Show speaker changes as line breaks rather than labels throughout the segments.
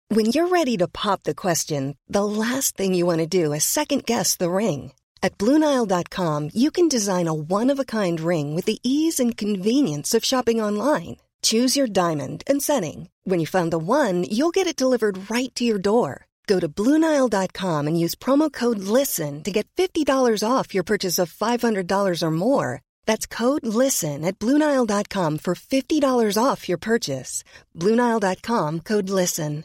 When you're ready to pop the question, the last thing you want to do is second-guess the ring. At BlueNile.com, you can design a one-of-a-kind ring with the ease and convenience of shopping online. Choose your diamond and setting. When you find the one, you'll get it delivered right to your door. Go to BlueNile.com and use promo code LISTEN to get $50 off your purchase of $500 or more. That's code LISTEN at BlueNile.com for $50 off your purchase. BlueNile.com, code LISTEN.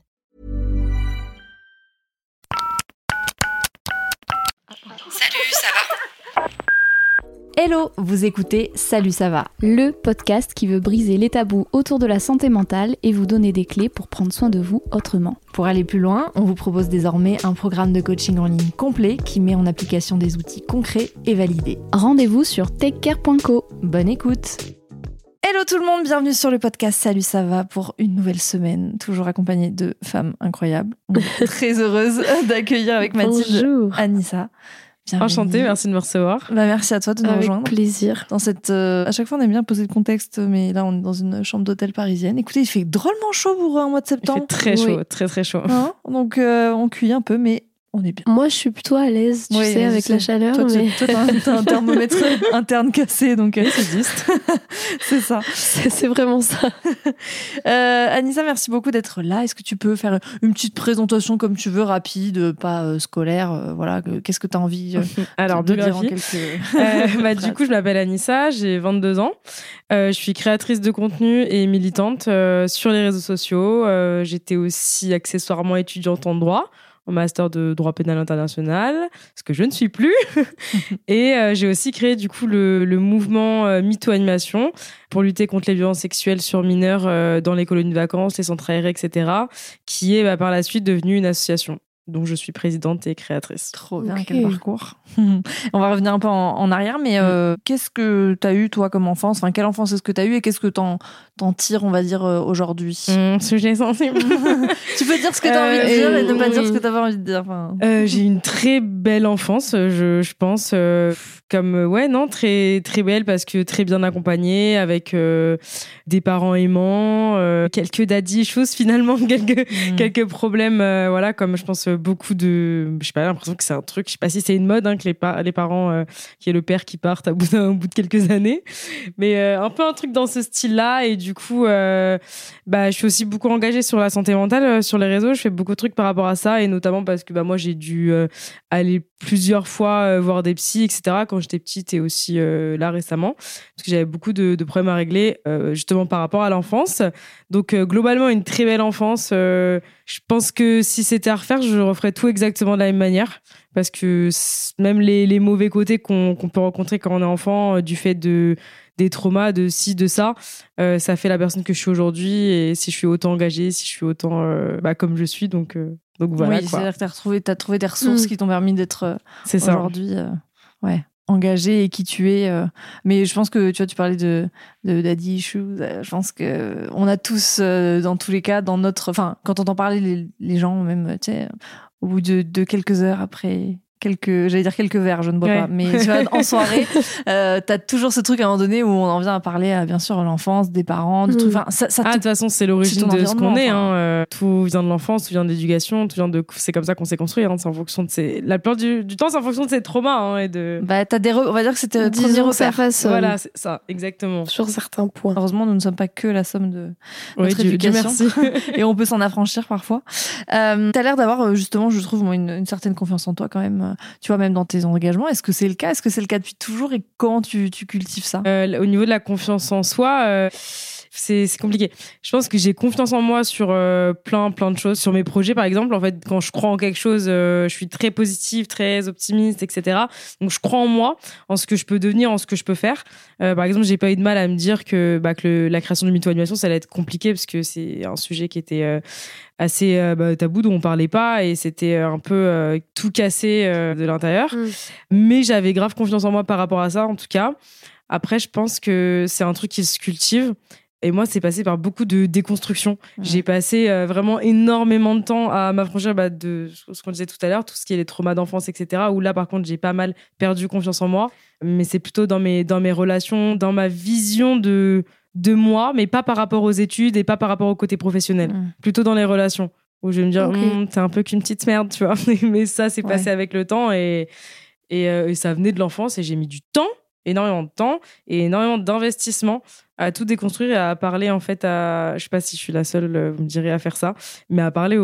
Salut, ça va?
Hello, vous écoutez Salut ça va, le podcast qui veut briser les tabous autour de la santé mentale et vous donner des clés pour prendre soin de vous autrement. Pour aller plus loin, on vous propose désormais un programme de coaching en ligne complet qui met en application des outils concrets et validés. Rendez-vous sur takecare.co. Bonne écoute. Hello tout le monde, bienvenue sur le podcast Salut ça va pour une nouvelle semaine, toujours accompagnée de femmes incroyables. On est très heureuse d'accueillir avec Mathilde Anissa. Bienvenue.
Enchantée, merci de me recevoir.
Merci à toi de nous rejoindre.
Avec plaisir.
Dans cette, à chaque fois, on aime bien poser le contexte, mais là, on est dans une chambre d'hôtel parisienne. Écoutez, il fait drôlement chaud pour un mois de septembre.
Il fait très chaud, très très chaud.
Hein, donc, on cuit un peu, mais on est bien.
Moi, je suis plutôt à l'aise, tu sais, avec la chaleur.
Toi, t'as un thermomètre interne cassé, donc c'est juste. C'est ça.
C'est vraiment ça.
Anissa, merci beaucoup d'être là. Est-ce que tu peux faire une petite présentation comme tu veux, rapide, pas scolaire, voilà. Qu'est-ce que tu as envie
Alors,
de dire en
quelques... Du coup, je m'appelle Anissa, j'ai 22 ans. Je suis créatrice de contenu et militante sur les réseaux sociaux. J'étais aussi accessoirement étudiante en droit, en master de droit pénal international, ce que je ne suis plus. Et j'ai aussi créé du coup le mouvement MeToo Animation pour lutter contre les violences sexuelles sur mineurs dans les colonies de vacances, les centres aérés, etc., qui est par la suite devenue une association dont je suis présidente et créatrice.
Trop bien, quel parcours. On va revenir un peu en arrière, mais qu'est-ce que tu as eu, toi, comme enfance? Enfin, quelle enfance est-ce que tu as eu et qu'est-ce que t'en tires, on va dire, aujourd'hui?
Sujet sensible.
Tu peux dire ce que tu as envie de dire et ne pas dire ce que tu avais envie de dire. Enfin...
j'ai eu une très belle enfance, je pense, très, très belle parce que très bien accompagnée, avec des parents aimants, quelques daddy issues finalement, quelques problèmes, voilà, comme je pense beaucoup de... Je sais pas, l'impression que c'est un truc, je sais pas si c'est une mode, que les parents, qui est le père qui partent au bout de quelques années. Mais un peu un truc dans ce style-là. Et du coup, je suis aussi beaucoup engagée sur la santé mentale, sur les réseaux. Je fais beaucoup de trucs par rapport à ça. Et notamment parce que moi, j'ai dû aller plusieurs fois voir des psys, etc. quand j'étais petite et aussi là récemment. Parce que j'avais beaucoup de problèmes à régler, justement par rapport à l'enfance. Donc, globalement, une très belle enfance. Je pense que si c'était à refaire, je referais tout exactement de la même manière. Parce que même les mauvais côtés qu'on peut rencontrer quand on est enfant, du fait des traumas, de ci, de ça, ça fait la personne que je suis aujourd'hui. Et si je suis autant engagée, si je suis autant comme je suis, donc voilà.
Oui, c'est-à-dire que t'as trouvé des ressources qui t'ont permis d'être aujourd'hui engagée et qui tu es. Mais je pense que tu parlais de daddy issues. Je pense que on a tous, dans tous les cas, dans notre... Enfin, quand on entend parler les gens, même, tu sais, au bout de quelques heures après... j'allais dire quelques verres, je ne bois pas, mais tu vois, en soirée, t'as toujours ce truc à un moment donné où on en vient à parler à, bien sûr, l'enfance, des parents, du truc. Enfin,
de toute façon, c'est l'origine de ce qu'on est. Tout vient de l'enfance, tout vient de l'éducation, c'est comme ça qu'on s'est construit. C'est en fonction de la plupart du temps, c'est en fonction de ses traumas et de.
T'as on va dire que c'était premier repère.
Voilà, c'est ça, exactement.
Sur certains points. Heureusement, nous ne sommes pas que la somme de notre éducation.
Dieu merci.
Et on peut s'en affranchir parfois. T'as l'air d'avoir, justement, je trouve, une certaine confiance en toi quand même. Tu vois, même dans tes engagements, est-ce que c'est le cas? Est-ce que c'est le cas depuis toujours? Et comment tu cultives ça?
Au niveau de la confiance en soi, c'est compliqué. Je pense que j'ai confiance en moi sur plein de choses. Sur mes projets, par exemple, en fait, quand je crois en quelque chose, je suis très positive, très optimiste, etc. Donc, je crois en moi, en ce que je peux devenir, en ce que je peux faire. Par exemple, j'ai pas eu de mal à me dire que la création de MeToo Animation, ça allait être compliqué parce que c'est un sujet qui était assez tabou, dont on parlait pas, et c'était un peu tout cassé de l'intérieur. Mais j'avais grave confiance en moi par rapport à ça, en tout cas. Après, je pense que c'est un truc qui se cultive. Et moi, c'est passé par beaucoup de déconstruction. J'ai passé vraiment énormément de temps à m'affranchir de ce qu'on disait tout à l'heure, tout ce qui est les traumas d'enfance, etc. Où là, par contre, j'ai pas mal perdu confiance en moi. Mais c'est plutôt dans mes relations, dans ma vision de moi, mais pas par rapport aux études et pas par rapport au côté professionnel. Plutôt dans les relations. où je vais me dire t'es un peu qu'une petite merde, tu vois. Mais ça s'est passé avec le temps et ça venait de l'enfance et j'ai mis du temps, énormément de temps et énormément d'investissement à tout déconstruire et à parler en fait je sais pas si je suis la seule, vous me direz, à faire ça, mais à parler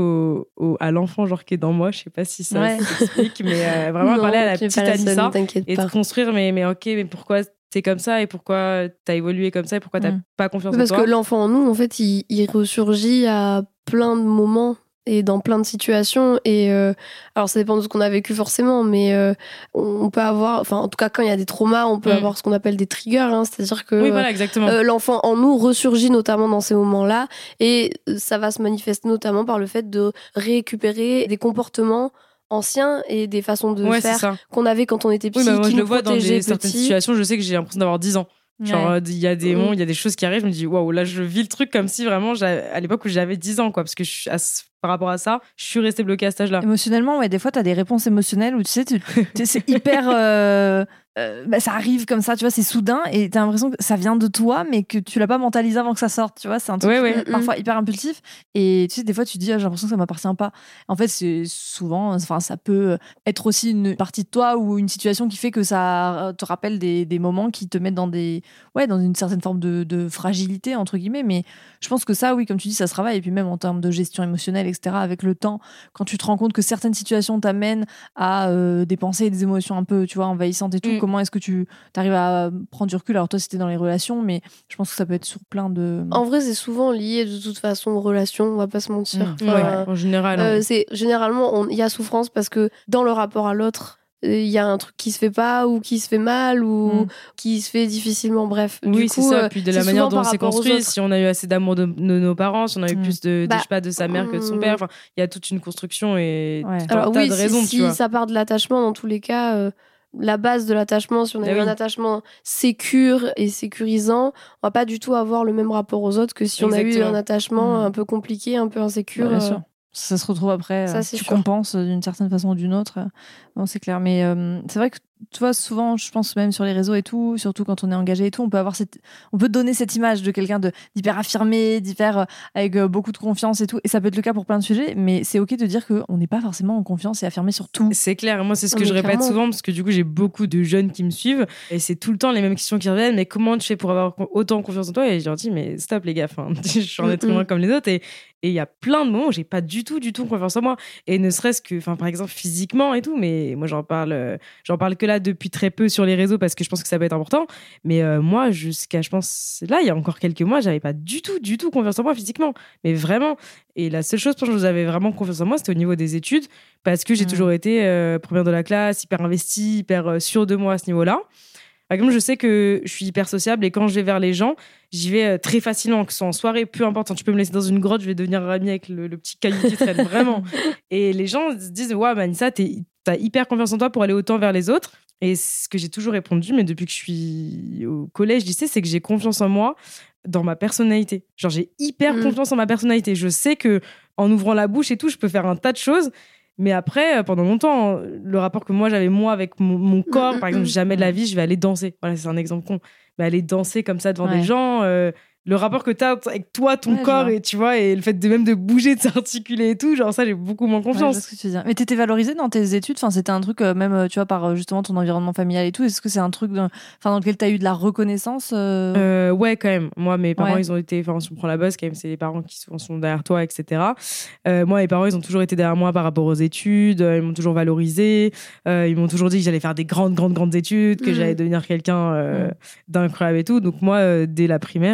à l'enfant genre qui est dans moi, je sais pas si ça s'explique, mais vraiment parler à la petite Anissa et de construire mais ok, mais pourquoi t'es comme ça et pourquoi t'as évolué comme ça et pourquoi t'as pas confiance en toi.
Parce que l'enfant en nous, en fait, il ressurgit à plein de moments et dans plein de situations. Et alors, ça dépend de ce qu'on a vécu forcément, mais on peut avoir, enfin, en tout cas, quand il y a des traumas, on peut avoir ce qu'on appelle des triggers, hein, c'est-à-dire que
voilà, exactement.
L'enfant en nous ressurgit notamment dans ces moments-là, et ça va se manifester notamment par le fait de récupérer des comportements anciens et des façons de faire qu'on avait quand on était petit,
moi,
qui
je
nous
le vois dans
protégeaient
certaines situations, je sais que j'ai l'impression d'avoir 10 ans. Genre, il y a des moments, il y a des choses qui arrivent, je me dis, waouh, là, je vis le truc comme si vraiment, à l'époque où j'avais 10 ans, quoi, parce que par rapport à ça, je suis restée bloquée à cet âge-là.
Émotionnellement, des fois, t'as des réponses émotionnelles où tu sais, c'est hyper. Ça arrive comme ça, tu vois, c'est soudain et t'as l'impression que ça vient de toi, mais que tu l'as pas mentalisé avant que ça sorte, tu vois, c'est un truc parfois hyper impulsif. Et tu sais, des fois, tu te dis, j'ai l'impression que ça m'appartient pas. En fait, c'est souvent, ça peut être aussi une partie de toi ou une situation qui fait que ça te rappelle des moments qui te mettent dans une certaine forme de fragilité, entre guillemets. Mais je pense que ça, oui, comme tu dis, ça se travaille. Et puis même en termes de gestion émotionnelle, etc., avec le temps, quand tu te rends compte que certaines situations t'amènent à des pensées et des émotions un peu, tu vois, envahissantes et tout, comment est-ce que tu arrives à prendre du recul? Alors toi, c'était dans les relations, mais je pense que ça peut être sur plein de...
En vrai, c'est souvent lié de toute façon aux relations, on va pas se mentir.
En général.
Généralement, il y a souffrance parce que dans le rapport à l'autre, il y a un truc qui se fait pas ou qui se fait mal ou qui se fait difficilement, bref.
Oui,
du coup,
c'est ça. Puis de la manière dont on s'est construit, si on a eu assez d'amour de nos parents, si on a eu plus je sais pas, de sa mère que de son père, il y a toute une construction et
alors
tas de raisons,
si ça part de l'attachement, dans tous les cas... la base de l'attachement, si on a eu un attachement sécure et sécurisant, on va pas du tout avoir le même rapport aux autres que si on a eu un attachement un peu compliqué, un peu insécure.
Bien sûr. Ça se retrouve après, tu compenses d'une certaine façon ou d'une autre. Bon, c'est clair, mais c'est vrai que tu vois, souvent, je pense même sur les réseaux et tout, surtout quand on est engagé et tout, on peut donner cette image de quelqu'un d'hyper affirmé, d'hyper avec beaucoup de confiance et tout, et ça peut être le cas pour plein de sujets, mais c'est ok de dire qu'on n'est pas forcément en confiance et affirmé sur tout.
C'est clair, moi c'est ce que je répète souvent, parce que du coup j'ai beaucoup de jeunes qui me suivent, et c'est tout le temps les mêmes questions qui reviennent, mais comment tu fais pour avoir autant confiance en toi? Et je leur dis, mais stop les gars, je suis un être humain comme les autres, et il y a plein de moments où j'ai pas du tout confiance en moi, et ne serait-ce que, par exemple physiquement et tout, mais moi j'en parle que là depuis très peu sur les réseaux parce que je pense que ça peut être important, mais moi jusqu'à, je pense, là il y a encore quelques mois, j'avais pas du tout confiance en moi physiquement, mais vraiment. Et la seule chose pour laquelle j'avais vraiment confiance en moi, c'était au niveau des études, parce que j'ai toujours été première de la classe, hyper investie, hyper sûre de moi à ce niveau-là. Par exemple, je sais que je suis hyper sociable et quand je vais vers les gens, j'y vais très facilement, que ce soit en soirée, peu importe. Quand tu peux me laisser dans une grotte, je vais devenir amie avec le petit caillou qui traîne, vraiment. Et les gens se disent, ouais, Anissa, t'as hyper confiance en toi pour aller autant vers les autres. Et ce que j'ai toujours répondu, mais depuis que je suis au collège, lycée, c'est que j'ai confiance en moi dans ma personnalité. Genre, j'ai hyper confiance en ma personnalité. Je sais que en ouvrant la bouche et tout, je peux faire un tas de choses. Mais après, pendant longtemps, le rapport que moi j'avais avec mon corps, par exemple, jamais de la vie, je vais aller danser. Voilà, c'est un exemple con. Mais aller danser comme ça devant des gens, le rapport que t'as avec toi, ton corps, et tu vois, et le fait même de bouger, de s'articuler et tout, genre ça, j'ai beaucoup moins confiance.
Ouais, je vois ce que tu veux dire. Mais t'étais valorisée dans tes études, enfin, c'était un truc, même, tu vois, par justement ton environnement familial et tout. Est-ce que c'est un truc dans lequel t'as eu de la reconnaissance
Ouais, quand même. Moi, mes parents, ils ont été, enfin, si on prend la base, quand même, c'est les parents qui souvent sont derrière toi, etc. Moi, mes parents, ils ont toujours été derrière moi par rapport aux études, ils m'ont toujours valorisée, ils m'ont toujours dit que j'allais faire des grandes études, que j'allais devenir quelqu'un d'incroyable et tout. Donc, moi, dès la primaire,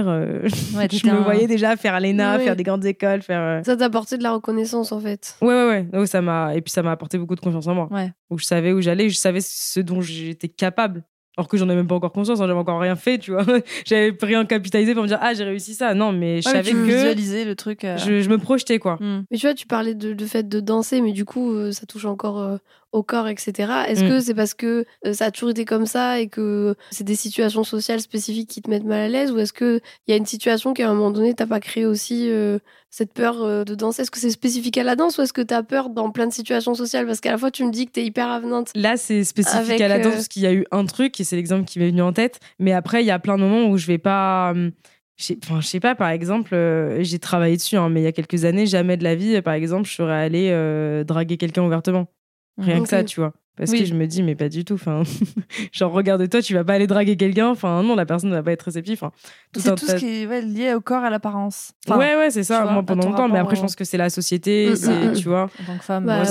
je me voyais déjà faire l'ENA, faire des grandes écoles, faire...
Ça t'a apporté de la reconnaissance, en fait.
Ouais. Donc, et puis ça m'a apporté beaucoup de confiance en moi.
Ouais.
Donc, je savais où j'allais, je savais ce dont j'étais capable. Alors que j'en ai même pas encore conscience, j'avais encore rien fait, tu vois. J'avais rien capitalisé pour me dire, j'ai réussi ça. Non, mais je savais que...
visualisais le truc.
Je me projetais, quoi.
Mais tu vois, tu parlais de fait de danser, mais du coup, ça touche encore au corps, etc. Est-ce que c'est parce que ça a toujours été comme ça et que c'est des situations sociales spécifiques qui te mettent mal à l'aise, ou est-ce qu'il y a une situation qu'à un moment donné, t'as pas créé aussi cette peur de danser? Est-ce que c'est spécifique à la danse ou est-ce que t'as peur dans plein de situations sociales? Parce qu'à la fois, tu me dis que t'es hyper avenante.
Là, c'est spécifique à la danse parce qu'il y a eu un truc et c'est l'exemple qui m'est venu en tête. Mais après, il y a plein de moments où je vais pas... je sais pas, par exemple, j'ai travaillé dessus, hein, mais il y a quelques années, jamais de la vie, par exemple, je serais allée draguer quelqu'un ouvertement. Rien que ça, tu vois. Parce que je me dis, mais pas du tout. Enfin, genre, regarde-toi, tu vas pas aller draguer quelqu'un. Enfin, non, la personne ne va pas être réceptive. Enfin,
c'est tout ce qui est lié au corps, à l'apparence. Enfin,
ouais, c'est ça. Moi, pendant longtemps. Mais après, je pense que c'est la société. Tu vois.
En tant que femme.
Bah,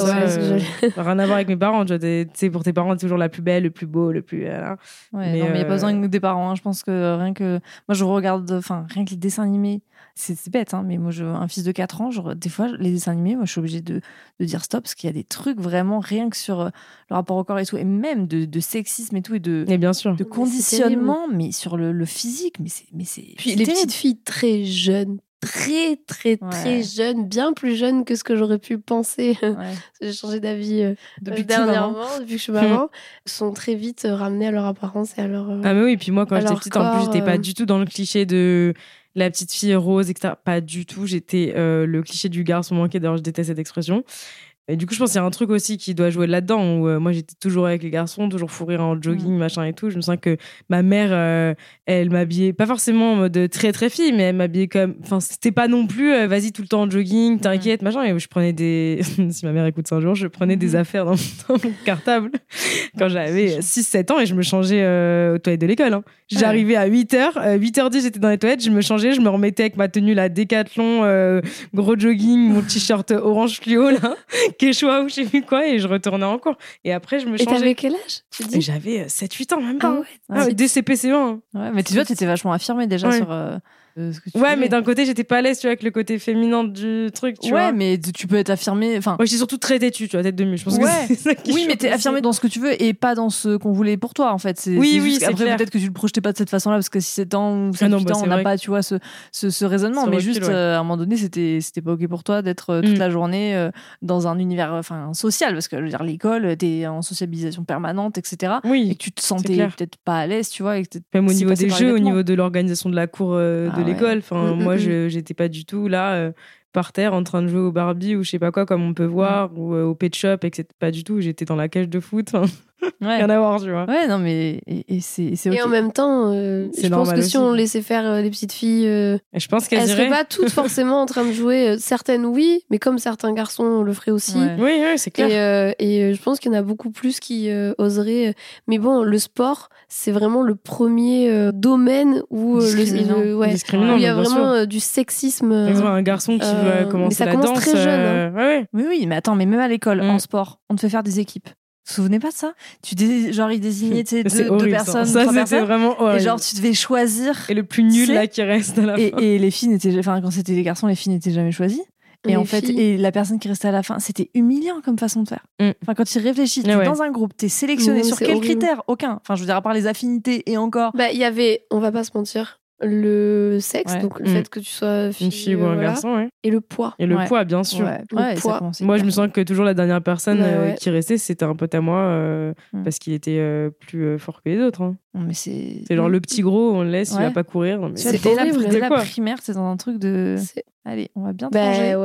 rien à voir avec mes parents. Tu sais, pour tes parents, t'es toujours la plus belle, le plus beau, le plus. Voilà.
Mais il n'y a pas besoin des parents. Hein. Je pense que rien que. Moi, je regarde. Enfin, rien que les dessins animés. C'est bête, hein, mais moi, un fils de 4 ans, des fois, les dessins animés, moi, je suis obligée de dire stop, parce qu'il y a des trucs vraiment, rien que sur le rapport au corps et tout, et même de sexisme et tout, et
bien sûr.
de conditionnement, mais sur le physique, mais c'est
Puis les petites filles très jeunes, très jeunes, bien plus jeunes que ce que j'aurais pu penser. J'ai changé d'avis dernièrement, depuis que je suis maman, sont très vite ramenées à leur apparence et à leur
Ah mais oui, puis moi, quand j'étais petite,
corps,
en plus, j'étais pas du tout dans le cliché de la petite fille rose, etc. Pas du tout. J'étais le cliché du garçon manqué. D'ailleurs, je déteste cette expression. Et du coup, je pense qu'il y a un truc aussi qui doit jouer là-dedans, où moi, j'étais toujours avec les garçons, toujours fou rire en jogging, machin et tout. Je me sens que ma mère, elle m'habillait, pas forcément en mode très, très fille, mais elle m'habillait comme... Enfin, c'était pas non plus, vas-y, tout le temps en jogging, t'inquiète, machin. Et je prenais des... si ma mère écoute ça un jour, je prenais des affaires dans mon cartable quand j'avais 6-7 ans et je me changeais aux toilettes de l'école. Hein. J'arrivais à 8h, 8h10, j'étais dans les toilettes, je me changeais, je me remettais avec ma tenue, la Décathlon, gros jogging, mon t-shirt orange fluo, là, Quechua ou je sais plus quoi, et je retournais en cours. Et après, je me changeais.
Et t'avais quel âge, tu dis?
J'avais 7-8 ans, même pas. Dès CP-CE1. Hein.
Ouais, mais tu vois, t'étais vachement affirmée déjà sur... ce que tu
ouais, mais d'un côté, j'étais pas à l'aise, tu vois, avec le côté féminin du truc, tu vois.
Ouais, mais tu peux être affirmée. Enfin,
j'étais surtout très têtue, tu vois, tête de mule. Je pense que c'est ça qui
oui, mais t'es affirmée dans ce que tu veux et pas dans ce qu'on voulait pour toi, en fait.
Oui,
après,
clair.
peut-être que tu le projetais pas de cette façon-là, parce que si 7 ans ou 7 ans, on n'a pas, tu vois, ce raisonnement. Mais juste, à un moment donné, c'était pas OK pour toi d'être toute la journée dans un univers social, parce que, je veux dire, l'école, t'es en sociabilisation permanente, etc.
Oui.
Et que tu te sentais peut-être pas à l'aise, tu vois.
Même au niveau des jeux, au niveau de l'organisation de la cour de l'école. Enfin, moi, j'étais pas du tout là par terre en train de jouer au Barbie ou je sais pas quoi, comme on peut voir, ou au Pet Shop, etc. Pas du tout. J'étais dans la cage de foot. Rien à voir, tu vois.
Ouais, non, mais c'est OK.
Et en même temps, je pense que si on laissait faire les petites filles,
je pense qu'elles
seraient pas toutes forcément en train de jouer. Certaines, oui, mais comme certains garçons le feraient aussi.
Ouais. Oui, c'est clair.
Et je pense qu'il y en a beaucoup plus qui oseraient. Mais bon, le sport, c'est vraiment le premier domaine où il y a vraiment du sexisme.
Un garçon qui veut commencer la danse.
Très jeune.
Ouais.
Oui, mais attends, mais même à l'école, en sport, on te fait faire des équipes. Vous vous souvenez pas de ça? Genre, ils désignaient deux personnes,
ça,
trois
c'était
personnes.
Vraiment horrible.
Et genre, tu devais choisir.
Et le plus nul, là, qui reste à la fin.
Et les filles n'étaient... Enfin, quand c'était les garçons, les filles n'étaient jamais choisies. Et en fait, et la personne qui restait à la fin, c'était humiliant comme façon de faire. Enfin, quand tu réfléchis, t'es dans un groupe, t'es sélectionné sur quels critères? Aucun. Enfin, je veux dire, à part les affinités et encore.
Bah, il y avait, on va pas se mentir, le sexe, donc le fait que tu sois
une fille ou un garçon,
et le poids.
Et le poids, bien sûr.
Le poids.
Moi, je me sens que toujours la dernière personne qui restait, c'était un pote à moi parce qu'il était plus fort que les autres. Hein.
Mais c'est
genre le petit gros, on le laisse, il va pas courir. Non, mais
c'était la primaire, c'est dans un truc de. Allez, on va bien changer.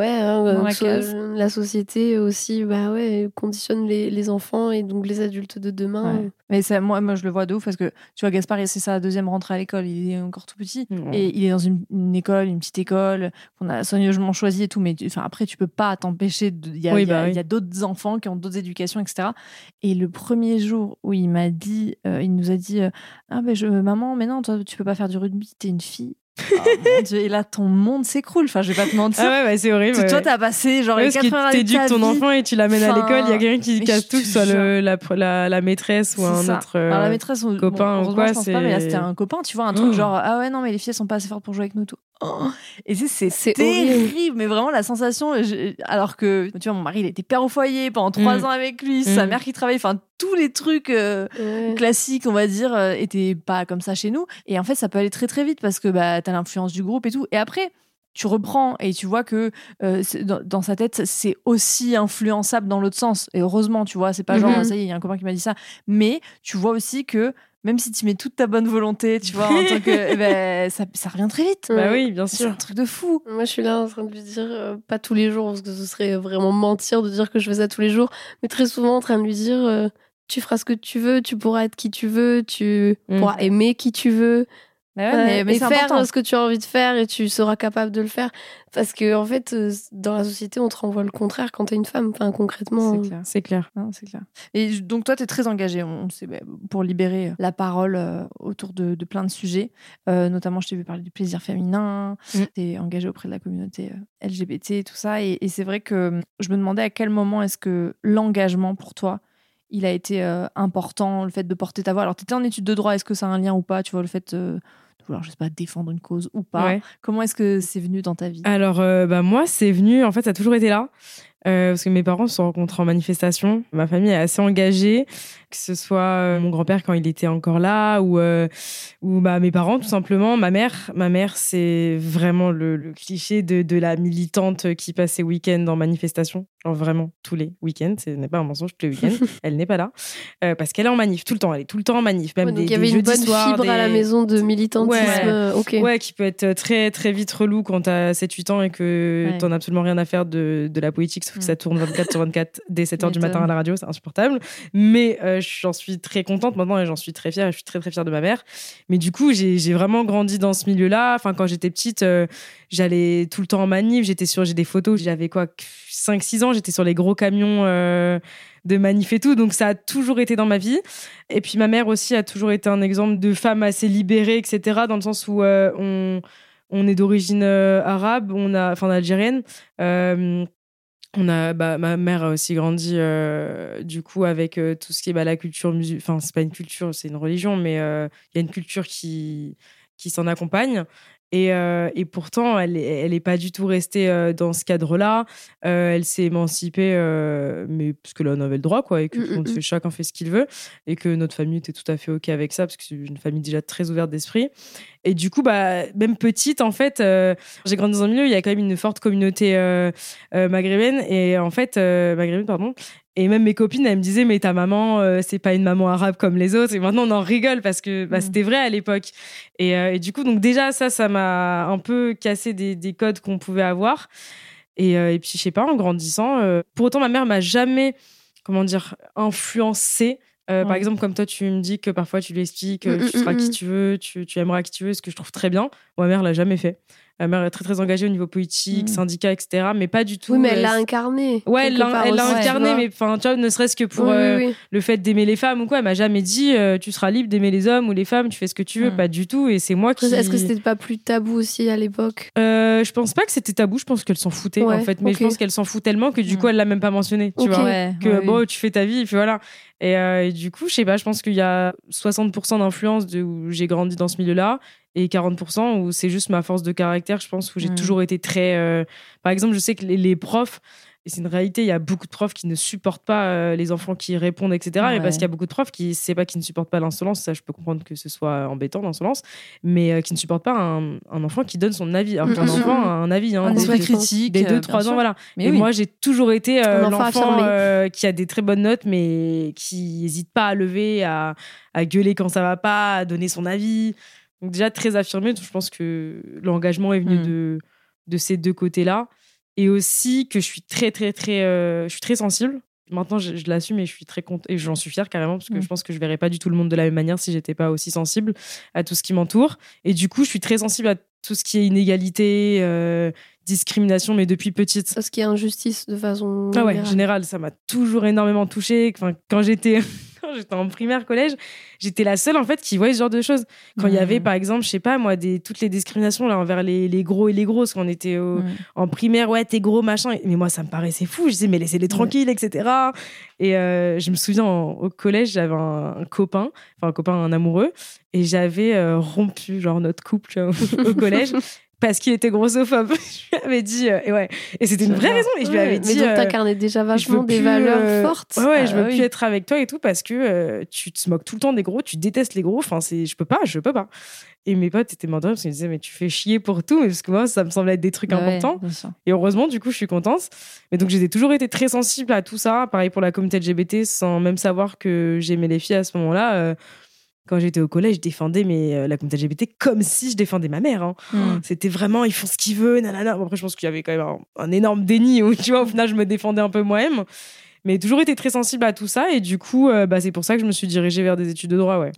La société aussi, conditionne les enfants et donc les adultes de demain.
Ouais. Mais ça, moi, je le vois de ouf parce que tu vois, Gaspard, c'est sa deuxième rentrée à l'école, il est encore tout petit et il est dans une école, une petite école qu'on a soigneusement choisie et tout. Mais après, tu peux pas t'empêcher. Il y a d'autres enfants qui ont d'autres éducations, etc. Et le premier jour où il m'a dit, il nous a dit, maman, mais non, toi, tu peux pas faire du rugby, t'es une fille. Oh mon Dieu, et là ton monde s'écroule, enfin je vais pas te mentir.
C'est horrible.
Toi t'as passé genre les 4 heures
de ta vie. Ton enfant et tu l'amènes à l'école, il y a quelqu'un qui casse tout, que ce soit la maîtresse ou un autre
la maîtresse,
copain ou quoi.
Je pense pas, mais là c'était un copain, tu vois, un truc genre ah ouais non mais les filles elles sont pas assez fortes pour jouer avec nous tout. Et c'est terrible, mais vraiment la sensation, alors que tu vois mon mari il était père au foyer pendant 3 ans avec lui, sa mère qui travaille, enfin tous les trucs classiques on va dire étaient pas comme ça chez nous, et en fait ça peut aller très très vite parce que t'as l'influence du groupe et tout, et après tu reprends et tu vois que dans sa tête c'est aussi influençable dans l'autre sens, et heureusement tu vois, c'est pas genre ça y est il y a un copain qui m'a dit ça, mais tu vois aussi que même si tu mets toute ta bonne volonté, tu vois, en tant que ça revient très vite.
Bah oui, bien sûr.
C'est un truc de fou.
Moi, je suis là en train de lui dire, pas tous les jours, parce que ce serait vraiment mentir de dire que je fais ça tous les jours, mais très souvent en train de lui dire, tu feras ce que tu veux, tu pourras être qui tu veux, tu pourras aimer qui tu veux.
Mais
et
c'est
faire
important.
ce que tu as envie de faire et tu seras capable de le faire. Parce que, en fait, dans la société, on te renvoie le contraire quand t'es une femme. Enfin, concrètement.
C'est clair.
Non, c'est clair. Et donc, toi, t'es très engagée, on le sait, pour libérer la parole autour de plein de sujets. Notamment, je t'ai vu parler du plaisir féminin. T'es engagée auprès de la communauté LGBT et tout ça. Et c'est vrai que je me demandais à quel moment est-ce que l'engagement pour toi, il a été important, le fait de porter ta voix. Alors, tu étais en études de droit, est-ce que ça a un lien ou pas? Tu vois, le fait de vouloir, je sais pas, défendre une cause ou pas. Ouais. Comment est-ce que c'est venu dans ta vie?
Alors, moi, c'est venu, en fait, ça a toujours été là. Parce que mes parents se sont rencontrés en manifestation. Ma famille est assez engagée, que ce soit mon grand-père quand il était encore là ou mes parents, tout simplement. Ma mère, c'est vraiment le cliché de la militante qui passe ses week-ends en manifestation. Genre vraiment tous les week-ends, ce n'est pas un mensonge, tous les week-ends. Elle n'est pas là parce qu'elle est en manif tout le temps. Elle est tout le temps en manif. Même
donc il y avait une bonne fibre à la maison de militantisme.
Ouais, qui peut être très très vite relou quand t'as 7-8 ans et que t'en as absolument rien à faire de la politique. Sauf que ça tourne 24/24 dès 7h du matin à la radio, c'est insupportable. Mais j'en suis très contente maintenant et j'en suis très fière. Et je suis très très fière de ma mère. Mais du coup, j'ai vraiment grandi dans ce milieu-là. Enfin, quand j'étais petite, j'allais tout le temps en manif. J'ai des photos. J'avais 5-6 ans. J'étais sur les gros camions de manif et tout. Donc ça a toujours été dans ma vie. Et puis ma mère aussi a toujours été un exemple de femme assez libérée, etc. Dans le sens où on est d'origine arabe, algérienne. Ma mère a aussi grandi du coup avec tout ce qui est la culture musulmane. Enfin, c'est pas une culture, c'est une religion, mais il y a une culture qui s'en accompagne. Et pourtant, elle est pas du tout restée dans ce cadre-là. Elle s'est émancipée, mais parce que là, on avait le droit, quoi, et que chacun fait ce qu'il veut, et que notre famille était tout à fait OK avec ça, parce que c'est une famille déjà très ouverte d'esprit. Et du coup, même petite, en fait, j'ai grandi dans un milieu où il y a quand même une forte communauté maghrébine, et en fait, maghrébine, pardon. Et même mes copines, elles me disaient, mais ta maman, c'est pas une maman arabe comme les autres. Et maintenant, on en rigole parce que c'était vrai à l'époque. Et du coup, donc déjà, ça m'a un peu cassé des codes qu'on pouvait avoir. Et puis, je sais pas, en grandissant, pour autant, ma mère m'a jamais, influencée. Par exemple, comme toi, tu me dis que parfois, tu lui expliques, tu seras qui tu veux, tu aimeras qui tu veux, ce que je trouve très bien. Ma mère l'a jamais fait. Ma mère est très très engagée au niveau politique, syndicat, etc. Mais pas du tout.
Oui, mais elle l'a incarné.
Ouais, elle l'a incarné, mais enfin, tu vois, ne serait-ce que pour le fait d'aimer les femmes ou quoi, elle m'a jamais dit tu seras libre d'aimer les hommes ou les femmes, tu fais ce que tu veux, pas du tout. Et c'est moi qui.
Est-ce que c'était pas plus tabou aussi à l'époque?
Je pense pas que c'était tabou, je pense qu'elle s'en foutait en fait, mais je pense qu'elle s'en fout tellement que du coup elle l'a même pas mentionné, tu vois, que tu fais ta vie et puis voilà. Et du coup, je sais pas, je pense qu'il y a 60% d'influence où j'ai grandi dans ce milieu-là et 40% où c'est juste ma force de caractère, je pense, où j'ai toujours été très... Par exemple, je sais que les profs, et c'est une réalité, il y a beaucoup de profs qui ne supportent pas les enfants qui répondent, etc. Et parce qu'il y a beaucoup de profs qui ne supportent pas l'insolence, ça je peux comprendre que ce soit embêtant, l'insolence, mais qui ne supportent pas un enfant qui donne son avis. Alors qu'un enfant a un avis, un
esprit critique,
des 2-3 ans, voilà. Mais moi, j'ai toujours été l'enfant qui a des très bonnes notes, mais qui n'hésite pas à lever, à gueuler quand ça va pas, à donner son avis. Donc déjà très affirmé, donc je pense que l'engagement est venu de ces deux côtés-là. Et aussi que je suis je suis très sensible. Maintenant, je l'assume et je suis très contente et j'en suis fière carrément parce que je pense que je verrais pas du tout le monde de la même manière si j'étais pas aussi sensible à tout ce qui m'entoure. Et du coup, je suis très sensible à tout ce qui est inégalité, discrimination, mais depuis petite.
Tout ce qui est injustice de façon
générale, ça m'a toujours énormément touchée. Enfin, quand j'étais en primaire, collège, j'étais la seule en fait qui voyait ce genre de choses. Quand il y avait par exemple, je sais pas moi, toutes les discriminations là envers les gros et les grosses quand on était en primaire, t'es gros machin. Mais moi ça me paraissait fou. Je disais mais laissez-les tranquilles, etc. Et je me souviens au collège, j'avais un copain, un amoureux, et j'avais rompu genre notre couple au collège. Parce qu'il était grossophobe. Je lui avais dit... Et c'était une vraie raison. Et je lui avais dit...
Mais donc, t'incarnais déjà vachement des valeurs fortes.
Je veux plus être avec toi et tout parce que tu te moques tout le temps des gros, tu détestes les gros. Enfin, je peux pas. Et mes potes étaient morts parce qu'ils me disaient, mais tu fais chier pour tout. Mais parce que moi, ça me semblait être des trucs importants. Et heureusement, du coup, je suis contente. Mais donc, j'ai toujours été très sensible à tout ça. Pareil pour la communauté LGBT, sans même savoir que j'aimais les filles à ce moment-là. Quand j'étais au collège, je défendais la communauté LGBT comme si je défendais ma mère. C'était vraiment, ils font ce qu'ils veulent, nanana. Bon, après, je pense qu'il y avait quand même un énorme déni où, tu vois, au final, je me défendais un peu moi-même. Mais toujours été très sensible à tout ça. Et du coup, c'est pour ça que je me suis dirigée vers des études de droit,
Ouais,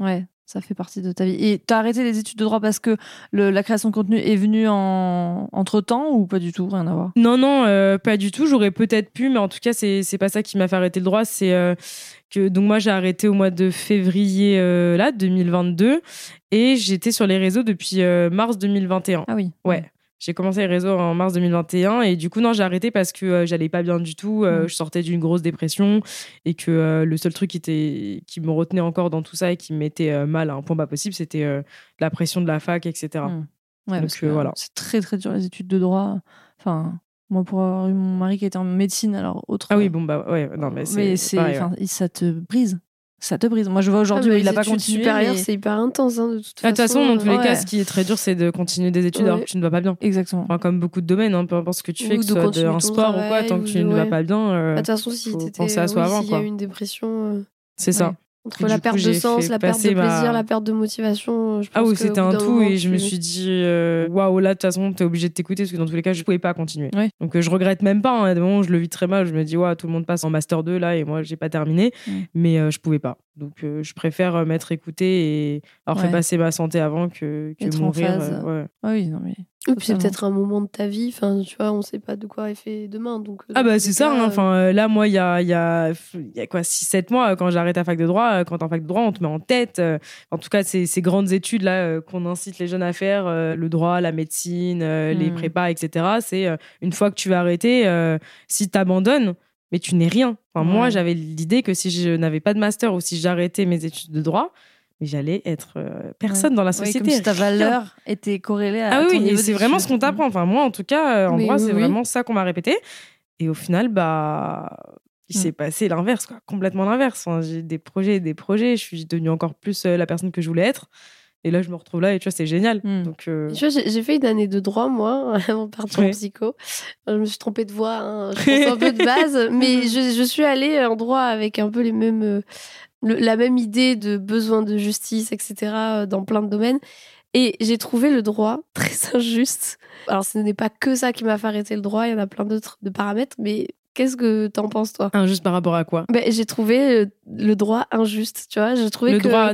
Ça fait partie de ta vie. Et t'as arrêté les études de droit parce que la création de contenu est venue entre-temps ou pas du tout, rien à voir?
Non, pas du tout. J'aurais peut-être pu, mais en tout cas, c'est pas ça qui m'a fait arrêter le droit. C'est que donc moi, j'ai arrêté au mois de février 2022 et j'étais sur les réseaux depuis mars 2021.
Ah oui.
Ouais. J'ai commencé les réseaux en mars 2021 et du coup, non, j'ai arrêté parce que j'allais pas bien du tout. Je sortais d'une grosse dépression et que le seul truc qui me retenait encore dans tout ça et qui me mettait mal à un point pas possible, c'était la pression de la fac, etc.
Ouais,
donc
parce que,
voilà.
C'est très très dur les études de droit. Enfin, moi, pour avoir eu mon mari qui était en médecine, alors autre.
Ah oui, bon, bah ouais, non, mais c'est pareil,
ça te brise. Ça te brise. Moi, je vois aujourd'hui, il a pas continué.
Supérieur, c'est hyper intense, de toute façon.
De toute façon, dans tous les cas, ce qui est très dur, c'est de continuer des études alors que tu ne vas pas bien.
Exactement.
Enfin, comme beaucoup de domaines, peu importe ce que tu fais, que ce soit un sport ou quoi, tant que tu ne vas pas bien,
de toute façon, si
faut penser à soi avant.
S'il y a eu une dépression...
C'est ça.
Entre la perte de sens, la perte de plaisir, la perte de motivation, je pense
ah oui,
que
c'était un tout et je me suis dit waouh, là de toute façon t'es obligé de t'écouter parce que dans tous les cas je pouvais pas continuer. Donc je regrette même pas, à des moments où je le vis très mal, je me dis waouh, tout le monde passe en master 2 là et moi j'ai pas terminé, mais je pouvais pas. Donc je préfère m'être écouté et avoir fait passer ma santé avant que mourir.
Ah oui, non mais
et puis c'est peut-être un moment de ta vie, enfin tu vois, on sait pas de quoi est fait demain, donc
ah bah c'est ça, enfin là moi il y a quoi 6-7 mois quand j'arrête la fac de droit, quand t'es en fac de droit on te met en tête, en tout cas ces grandes études là qu'on incite les jeunes à faire, le droit, la médecine, les prépas, etc. C'est une fois que tu vas arrêter, si t'abandonnes, mais tu n'es rien. Enfin, moi j'avais l'idée que si je n'avais pas de master ou si j'arrêtais mes études de droit, mais j'allais être personne dans la société.
Comme si ta valeur était corrélée à ton
oui,
niveau
et c'est vraiment ce qu'on t'apprend. Enfin, moi, en tout cas, en droit, c'est vraiment ça qu'on m'a répété. Et au final, il s'est passé l'inverse, quoi. Complètement l'inverse. Enfin, j'ai des projets. Je suis devenue encore plus la personne que je voulais être. Et là, je me retrouve là et tu vois, c'est génial. Donc,
tu vois, j'ai fait une année de droit, moi, avant de partir en psycho. Je me suis trompée de voie, je pense un peu de base. Mais je suis allée en droit avec un peu les mêmes... la même idée de besoin de justice, etc., dans plein de domaines. Et j'ai trouvé le droit très injuste. Alors, ce n'est pas que ça qui m'a fait arrêter le droit, il y en a plein d'autres de paramètres, mais qu'est-ce que t'en penses, toi?
Injuste par rapport à quoi?
J'ai trouvé le droit injuste, tu vois. J'ai trouvé
le droit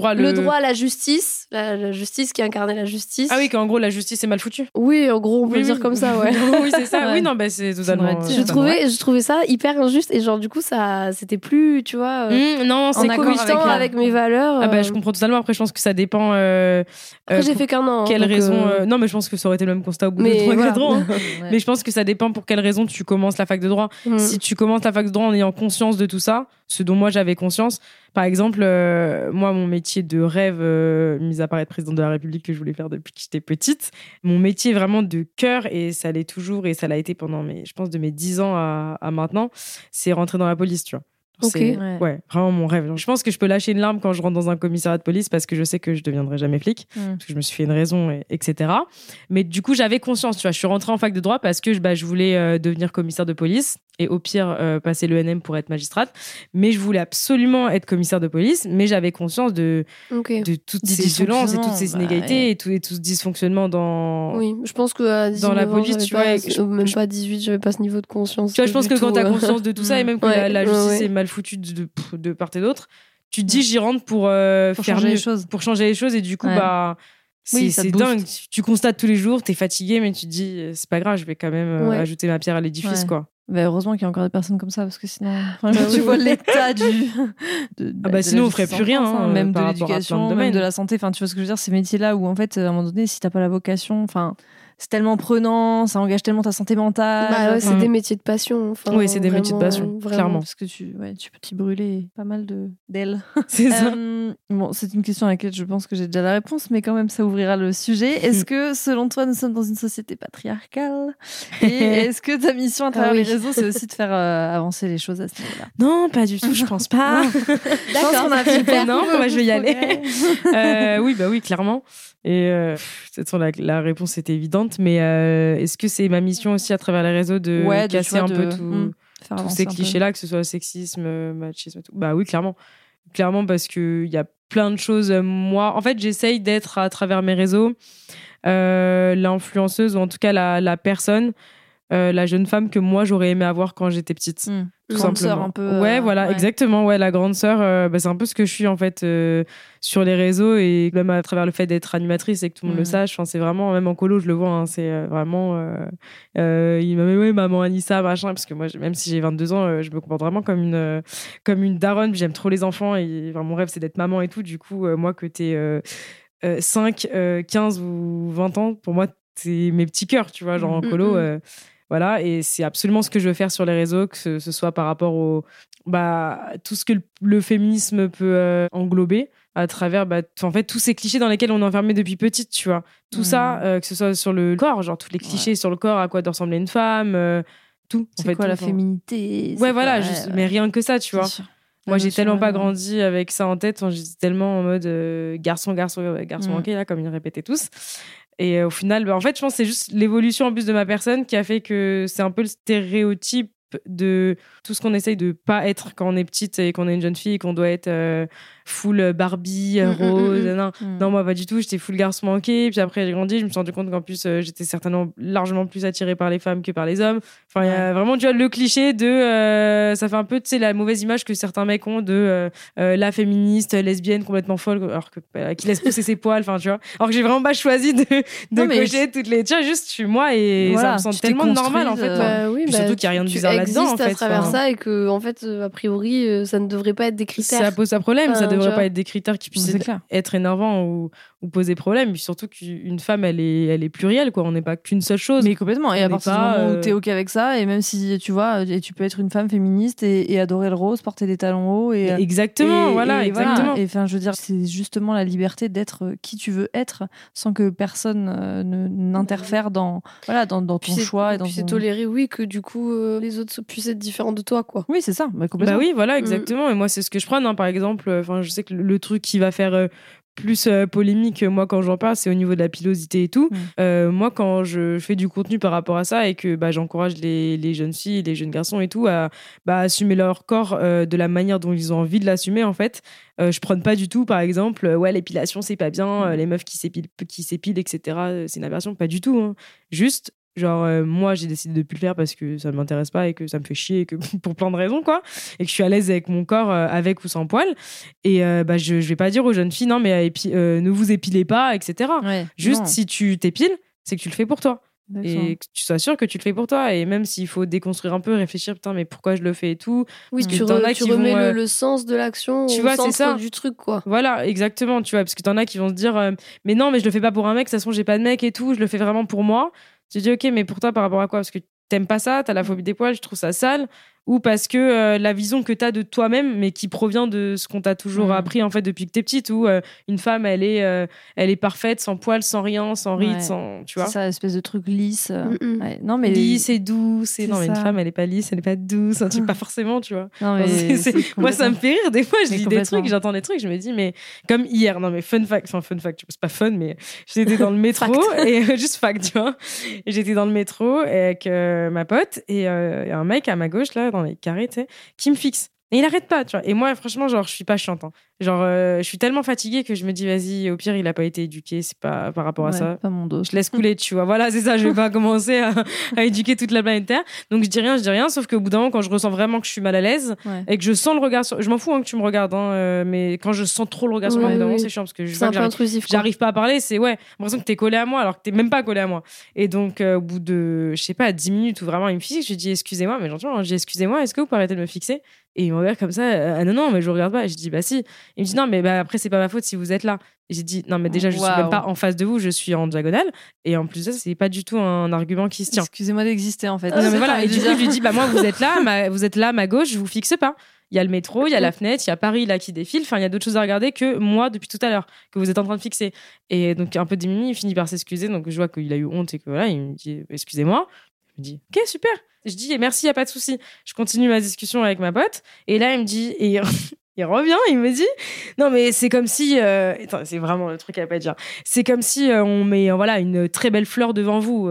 à
la justice, la justice qui incarnait la justice.
Ah oui, qu'en gros, la justice est mal foutue.
Oui, en gros, on peut dire comme ça, ouais.
Oui, c'est ça. Oui, non, c'est totalement...
Je trouvais ça hyper injuste et genre, du coup, ça, c'était plus, tu vois,
non, c'est
cohabitant avec mes valeurs.
Ah je comprends totalement. Après, je pense que ça dépend...
Après, j'ai fait qu'un an.
Quelle raison... Non, mais je pense que ça aurait été le même constat au bout de 3-4 ans. Mais je pense que ça dépend pour quelle raison tu commences la fac de droit. Si tu commences la fac de droit en ayant conscience de tout ça, ce dont moi j'avais conscience, par exemple, moi mon métier de rêve, mis à part être président de la République que je voulais faire depuis que j'étais petite, mon métier vraiment de cœur, et ça l'est toujours et ça l'a été pendant je pense de mes 10 ans à maintenant, c'est rentrer dans la police, tu vois. C'est vraiment mon rêve. Je pense que je peux lâcher une larme quand je rentre dans un commissariat de police parce que je sais que je deviendrai jamais flic, parce que je me suis fait une raison, etc. Mais du coup, j'avais conscience, tu vois. Je suis rentrée en fac de droit parce que je voulais devenir commissaire de police et au pire passer l'ENM pour être magistrate. Mais je voulais absolument être commissaire de police, mais j'avais conscience de toutes ces violences et toutes ces inégalités et tout ce dysfonctionnement dans...
Oui, je pense que dans la police, tu vois... Même pas à 18, j'avais pas ce niveau de conscience.
Tu vois, je pense que quand t'as conscience de tout ça et même que la justice est mal foutue de part et d'autre, tu te dis j'y rentre pour faire
changer
mieux,
les choses.
pour changer les choses et du coup c'est dingue. Tu constates tous les jours, t'es fatigué mais tu te dis c'est pas grave, je vais quand même ajouter ma pierre à l'édifice quoi.
Bah heureusement qu'il y a encore des personnes comme ça parce que sinon tu vois l'état
sinon on ferait plus rien
même de l'éducation, même de la santé, enfin tu vois ce que je veux dire, ces métiers là où en fait à un moment donné si t'as pas la vocation, enfin c'est tellement prenant, ça engage tellement ta santé mentale.
C'est des métiers de passion.
Oui, c'est des métiers de passion, clairement.
Parce que tu peux t'y brûler pas mal d'ailes.
C'est ça.
Bon, c'est une question à laquelle je pense que j'ai déjà la réponse, mais quand même, ça ouvrira le sujet. Est-ce que, selon toi, nous sommes dans une société patriarcale? Et est-ce que ta mission à travers les réseaux, c'est aussi de faire avancer les choses à ce niveau-là?
Non, pas du tout, je pense pas.
D'accord, on a super.
Non, moi, je vais y aller. Oui, clairement. Et la réponse était évidente, mais est-ce que c'est ma mission aussi à travers les réseaux de casser un peu tous ces clichés-là, que ce soit sexisme, machisme, tout. Bah oui, clairement. Clairement, parce qu'il y a plein de choses. Moi, en fait, j'essaye d'être à travers mes réseaux l'influenceuse, ou en tout cas la personne la jeune femme que moi j'aurais aimé avoir quand j'étais petite. Tout
grande
simplement.
sœur un peu.
Ouais, voilà, exactement. Ouais, la grande sœur, c'est un peu ce que je suis en fait sur les réseaux et même à travers le fait d'être animatrice et que tout le monde le sache. Enfin, c'est vraiment, même en colo, je le vois. Hein, c'est vraiment. Il m'a dit, ouais, maman Anissa, machin, parce que moi, même si j'ai 22 ans, je me comporte vraiment comme une daronne. J'aime trop les enfants et enfin, mon rêve, c'est d'être maman et tout. Du coup, moi, que t'es 5, 15 ou 20 ans, pour moi, c'est mes petits cœurs, tu vois, genre en colo. Voilà, et c'est absolument ce que je veux faire sur les réseaux, que ce soit par rapport au tout ce que le féminisme peut englober à travers en fait tous ces clichés dans lesquels on est enfermé depuis petite, tu vois. Tout ça, que ce soit sur le corps, genre tous les clichés sur le corps, à quoi doit ressembler une femme, tout.
C'est en fait, quoi la féminité?
Ouais, voilà, mais rien que ça, tu vois. Moi, j'ai tellement pas grandi avec ça en tête, j'étais tellement en mode garçon manqué, là, comme ils répétaient tous. Et au final, en fait, je pense que c'est juste l'évolution en plus de ma personne qui a fait que c'est un peu le stéréotype de tout ce qu'on essaye de pas être quand on est petite et qu'on est une jeune fille et qu'on doit être full Barbie, rose. Non, moi pas du tout, j'étais full garçon manqué. Puis après j'ai grandi, je me suis rendu compte qu'en plus j'étais certainement largement plus attirée par les femmes que par les hommes. Enfin, il y a vraiment, tu vois, le cliché de ça fait un peu, tu sais, la mauvaise image que certains mecs ont de la féministe lesbienne complètement folle, alors que qui laisse pousser ses poils, enfin tu vois, alors que j'ai vraiment pas choisi de cocher toutes les, tiens, juste je suis moi et ça me semble tellement normal en fait.
Oui,
surtout qu'il y a rien de bizarre là-dedans en fait.
À travers ça et que en fait a priori ça ne devrait pas être des critères.
Ça pose un problème, ça devrait pas être des critères qui puissent être énervants ou poser problème. Puis surtout qu'une femme, elle est plurielle, quoi. On n'est pas qu'une seule chose.
Mais complètement. Et à partir du moment où t'es ok avec ça, et même si tu vois, et tu peux être une femme féministe et adorer le rose, porter des talons hauts et
exactement, exactement.
Et enfin, je veux dire, c'est justement la liberté d'être qui tu veux être, sans que personne n'interfère dans ton choix et dans
c'est toléré, oui, que du coup les autres puissent être différents de toi, quoi.
Oui, c'est ça. Complètement.
Bah oui, voilà, exactement. Et moi, c'est ce que je prends, par exemple. Enfin, je sais que le truc qui va faire plus polémique, moi, quand j'en parle, c'est au niveau de la pilosité et tout. Moi, quand je fais du contenu par rapport à ça et que j'encourage les jeunes filles, les jeunes garçons et tout à assumer leur corps de la manière dont ils ont envie de l'assumer, en fait, je prône pas du tout, par exemple, l'épilation, c'est pas bien, les meufs qui s'épilent, etc., c'est une aberration, pas du tout. Hein. Juste, genre, moi, j'ai décidé de plus le faire parce que ça ne m'intéresse pas et que ça me fait chier et que pour plein de raisons, quoi. Et que je suis à l'aise avec mon corps, avec ou sans poils. Et je vais pas dire aux jeunes filles, non, mais ne vous épilez pas, etc.
Ouais,
juste,
non.
si tu t'épiles, c'est que tu le fais pour toi.
D'accord.
Et que tu sois sûr que tu le fais pour toi. Et même s'il faut déconstruire un peu, réfléchir, putain, mais pourquoi je le fais et tout.
Oui, tu remets le sens de l'action au centre du truc, quoi.
Voilà, exactement, tu vois. Parce que t'en as qui vont se dire, mais non, mais je le fais pas pour un mec, de toute façon, j'ai pas de mec et tout, je le fais vraiment pour moi. Tu dis, ok, mais pour toi, par rapport à quoi? Parce que t'aimes pas ça, t'as la phobie des poils, je trouve ça sale, ou parce que la vision que t'as de toi-même, mais qui provient de ce qu'on t'a toujours appris en fait depuis que t'es petite, où une femme, elle est parfaite, sans poils, sans rien, sans rides, sans, tu vois.
C'est ça, espèce de truc lisse. Ouais. Non, mais
lisse et douce. Non, mais une femme, elle est pas lisse, elle est pas douce, un truc pas forcément, tu vois.
Non, mais
moi, ça me fait rire. Des fois, je lis des trucs, j'entends des trucs, je me dis, mais comme hier, non, mais fun fact, c'est pas fun, mais j'étais dans le métro, et juste fact, tu vois. Et j'étais dans le métro avec ma pote, et un mec à ma gauche, là, dans les carrés, tu sais, qui me fixe. Et il arrête pas, tu vois. Et moi, franchement, genre, je suis pas chiante. Hein. Genre, je suis tellement fatiguée que je me dis, vas-y, au pire, il a pas été éduqué, c'est pas par rapport à ça.
Pas mon dos.
Je laisse couler, tu vois. Voilà, c'est ça, je vais pas commencer à éduquer toute la planète Terre. Donc, je dis rien, sauf qu'au bout d'un moment, quand je ressens vraiment que je suis mal à l'aise et que je sens le regard je m'en fous hein, que tu me regardes, hein, mais quand je sens trop le regard sur moi, c'est chiant parce que je vois que j'arrive pas à parler, c'est l'impression que t'es collé à moi alors que t'es même pas collé à moi. Et donc, au bout de, je sais pas, 10 minutes où vraiment il me fixe, je dis excusez-moi, mais gentiment, je dis excusez-moi, est-ce que vous pouvez arrêter de me fixer? Et il me regarde comme ça, non, mais je regarde pas. Et je dis, bah si. Il me dit, non, mais après, c'est pas ma faute si vous êtes là. Et j'ai dit, non, mais déjà, je suis même pas en face de vous, je suis en diagonale. Et en plus de ça, c'est pas du tout un argument qui se tient.
Excusez-moi d'exister, en fait.
Non, mais voilà. Et du coup, je lui dis, bah moi, vous êtes là, ma gauche, je vous fixe pas. Il y a le métro, il y a la fenêtre, il y a Paris là qui défile. Enfin, il y a d'autres choses à regarder que moi depuis tout à l'heure, que vous êtes en train de fixer. Et donc, un peu diminué, il finit par s'excuser. Donc, je vois qu'il a eu honte et que voilà, il me dit, excusez-moi. Je me dis, ok, super. Je dis, merci, y a pas de souci. Je continue ma discussion avec ma pote. Et là, il me dit, et il revient, il me dit, non, mais c'est comme si, attends, c'est vraiment le truc à pas dire. C'est comme si on met, une très belle fleur devant vous.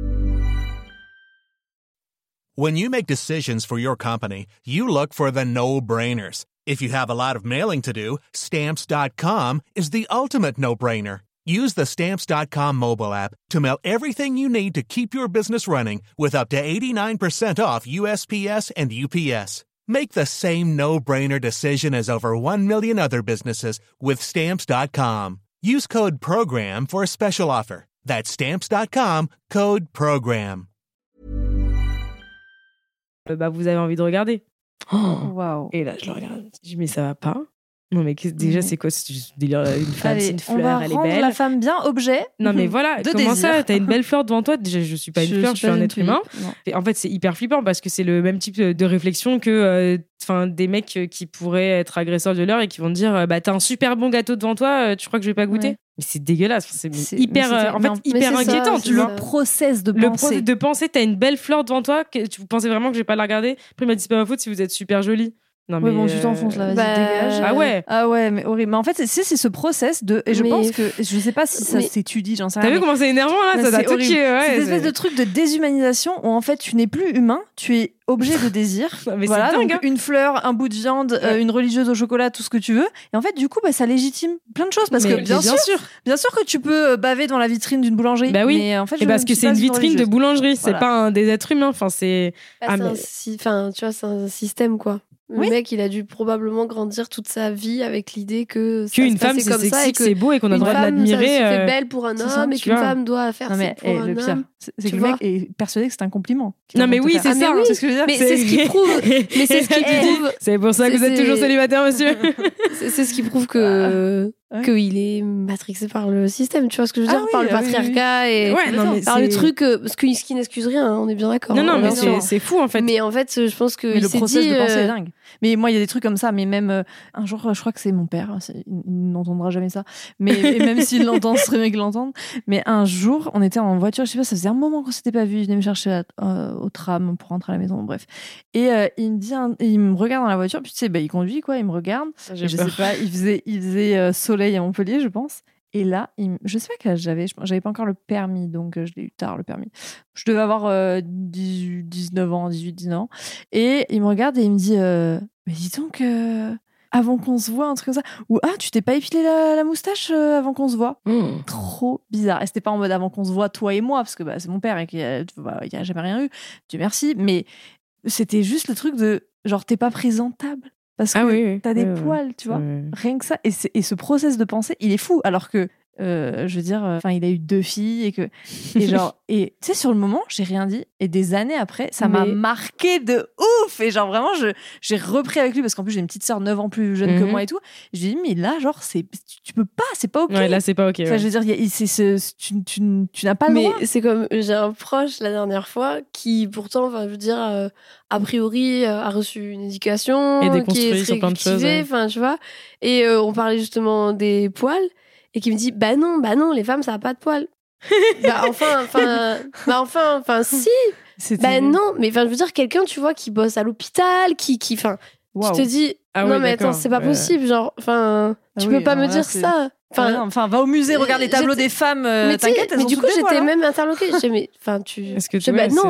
When you make decisions for your company, you look for the no-brainers. If you have a lot of mailing to do, Stamps.com is the ultimate no-brainer. Use the Stamps.com mobile app to mail everything you need to keep your business running with up to 89% off USPS and UPS. Make the same no-brainer decision as over 1 million other businesses with Stamps.com. Use code PROGRAM for a special offer. That's Stamps.com, code PROGRAM.
Vous avez envie de regarder.
Waouh.
Et là, je le regarde. Je dis, mais ça va pas. Non, mais déjà, c'est quoi ce délire? Une femme, c'est une fleur, elle est belle.
La femme bien objet.
Non, mais voilà, comment ça? T'as une belle fleur devant toi. Déjà, je suis pas une fleur, je suis un être humain. Et en fait, c'est hyper flippant parce que c'est le même type de réflexion que des mecs qui pourraient être agresseurs, violeurs et qui vont te dire t'as un super bon gâteau devant toi, tu crois que je vais pas goûter? Mais c'est dégueulasse. C'est hyper, hyper inquiétant. Tu vois,
le process de penser.
De penser, t'as une belle fleur devant toi, tu pensais vraiment que je vais pas la regarder? Après, il m'a dit, c'est pas ma faute si vous êtes super jolie.
Non, mais bon, tu t'enfonces là, vas-y, dégage. Ah ouais, mais horrible. Mais en fait, c'est ce process de. Et je pense que. Je sais pas si ça s'étudie, j'en sais rien.
T'as vu comment c'est énervant là? Ça
c'est horrible. C'est une espèce de truc de déshumanisation où en fait, tu n'es plus humain, tu es objet de désir.
Mais
voilà,
c'est dingue,
donc une fleur, un bout de viande, une religieuse au chocolat, tout ce que tu veux. Et en fait, du coup, ça légitime plein de choses. Parce que bien sûr que tu peux baver dans la vitrine d'une boulangerie.
Bah oui.
Mais en fait,
parce que c'est une vitrine de boulangerie, c'est pas des êtres humains. Enfin, c'est.
Tu vois, c'est un système quoi. Le mec, il a dû probablement grandir toute sa vie avec l'idée que
qu'une femme c'est sexy, que c'est beau et qu'on a le droit de l'admirer.
Ça se fait belle pour un homme et qu'une femme doit faire ça pour un
le pire,
homme.
c'est que le mec est persuadé que c'est un compliment.
Non mais oui, c'est ça.
C'est ce que je veux dire.
Mais c'est ce qui prouve. Mais c'est ce qui prouve.
C'est pour ça que vous êtes toujours célibataire, monsieur.
C'est ce qui prouve que qu'il est matrixé par le système, tu vois ce que je veux dire, par le patriarcat et par le truc, ce qui n'excuse rien, on est bien d'accord.
Non, mais c'est fou en fait.
Mais en fait, je pense que
le process de pensée est dingue. Mais moi, il y a des trucs comme ça, mais même un jour, je crois que c'est mon père, il n'entendra jamais ça, mais et même s'il l'entend, ce serait bien qu'il l'entende. Mais un jour, on était en voiture, je sais pas, ça faisait un moment qu'on s'était pas vu, il venait me chercher au tram pour rentrer à la maison, bref. Et il me dit, il me regarde dans la voiture, puis tu sais, il conduit quoi, il me regarde. Je sais pas, il faisait soleil à Montpellier, je pense. Et là, je sais pas quel âge j'avais pas encore le permis, donc je l'ai eu tard le permis. Je devais avoir 19 ans, 18-19 ans. Et il me regarde et il me dit mais dis donc, avant qu'on se voit, un truc comme ça. Ou tu t'es pas épilé la moustache avant qu'on se voit. Trop bizarre. Et c'était pas en mode avant qu'on se voit, toi et moi, parce que c'est mon père et qu'il y a jamais rien eu. Dieu merci. Mais c'était juste le truc de genre, t'es pas présentable. Parce que t'as des poils, tu vois. Rien que ça. Et ce process de pensée, il est fou. Alors que, je veux dire, il a eu 2 filles et tu sais, sur le moment, j'ai rien dit. Et des années après, ça m'a marqué de ouf. Et genre, vraiment, j'ai repris avec lui parce qu'en plus, j'ai une petite sœur 9 ans plus jeune que moi et tout. Et je lui ai dit, mais là, genre, tu peux pas, c'est pas OK.
Ouais, là, c'est pas OK.
Enfin, je veux dire, tu n'as pas le droit.
Mais c'est comme, j'ai un proche la dernière fois qui, pourtant, je veux dire, a priori, a reçu une éducation.
Et déconstruit sur plein de choses.
Enfin, tu vois. Et on parlait justement des poils. Et qui me dit, bah non, les femmes, ça n'a pas de poils. Si. Non, mais je veux dire, quelqu'un, tu vois, qui bosse à l'hôpital, qui tu te dis, non, mais attends, c'est pas possible, genre, tu peux pas me dire ça.
Va au musée, regarde les tableaux des femmes, t'inquiète, elles ont
du coup, j'étais même interloquée. Je dis, mais,
est-ce que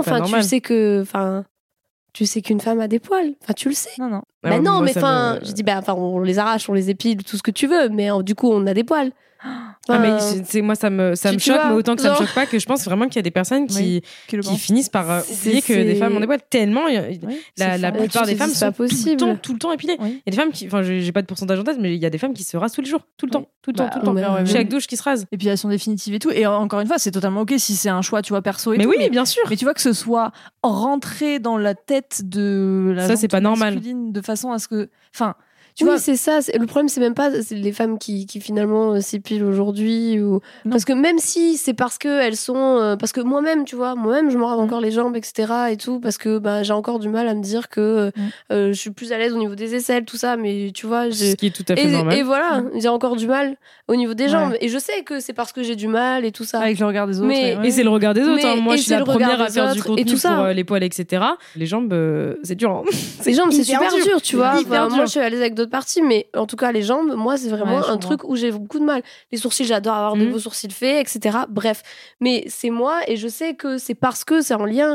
tu sais qu'une femme a des poils. Tu le sais.
Non.
Je dis, on les arrache, on les épile, tout ce que tu veux, mais du coup, on a des poils.
Mais moi ça me choque, mais autant que ça me choque pas, que je pense vraiment qu'il y a des personnes qui finissent par oublier que des femmes ont des poils tellement. La plupart des femmes sont tout le temps épilées. Il y a des femmes qui, j'ai pas de pourcentage en tête, mais il y a des femmes qui se rasent tous les jours, tout le temps. Chaque douche qui se rase.
Et puis elles sont définitives et tout. Et encore une fois, c'est totalement ok si c'est un choix, tu vois, perso et tout.
Mais oui, bien sûr.
Mais tu vois que ce soit rentré dans la tête de la
ça, c'est pas normal.
De façon à ce que,
c'est ça. Le problème, c'est même pas les femmes qui finalement s'épilent aujourd'hui. Parce que même si c'est parce qu'elles sont. Parce que moi-même, tu vois, je me rase encore les jambes, etc. et tout. Parce que j'ai encore du mal à me dire que je suis plus à l'aise au niveau des aisselles, tout ça. Mais tu vois.
Ce qui est tout à fait normal.
Et voilà, j'ai encore du mal au niveau des jambes. Et je sais que c'est parce que j'ai du mal et tout ça.
Avec le regard des autres.
Et c'est le regard des autres. Moi, je suis la première à faire du contenu pour les poils, etc. Les jambes, c'est dur.
Les jambes, c'est super dur, tu vois. Moi, je suis à l'aise avec d'autres parties, mais en tout cas les jambes, moi c'est vraiment un truc où j'ai beaucoup de mal. Les sourcils, j'adore avoir de beaux sourcils faits, etc. Bref, mais c'est moi et je sais que c'est parce que c'est en lien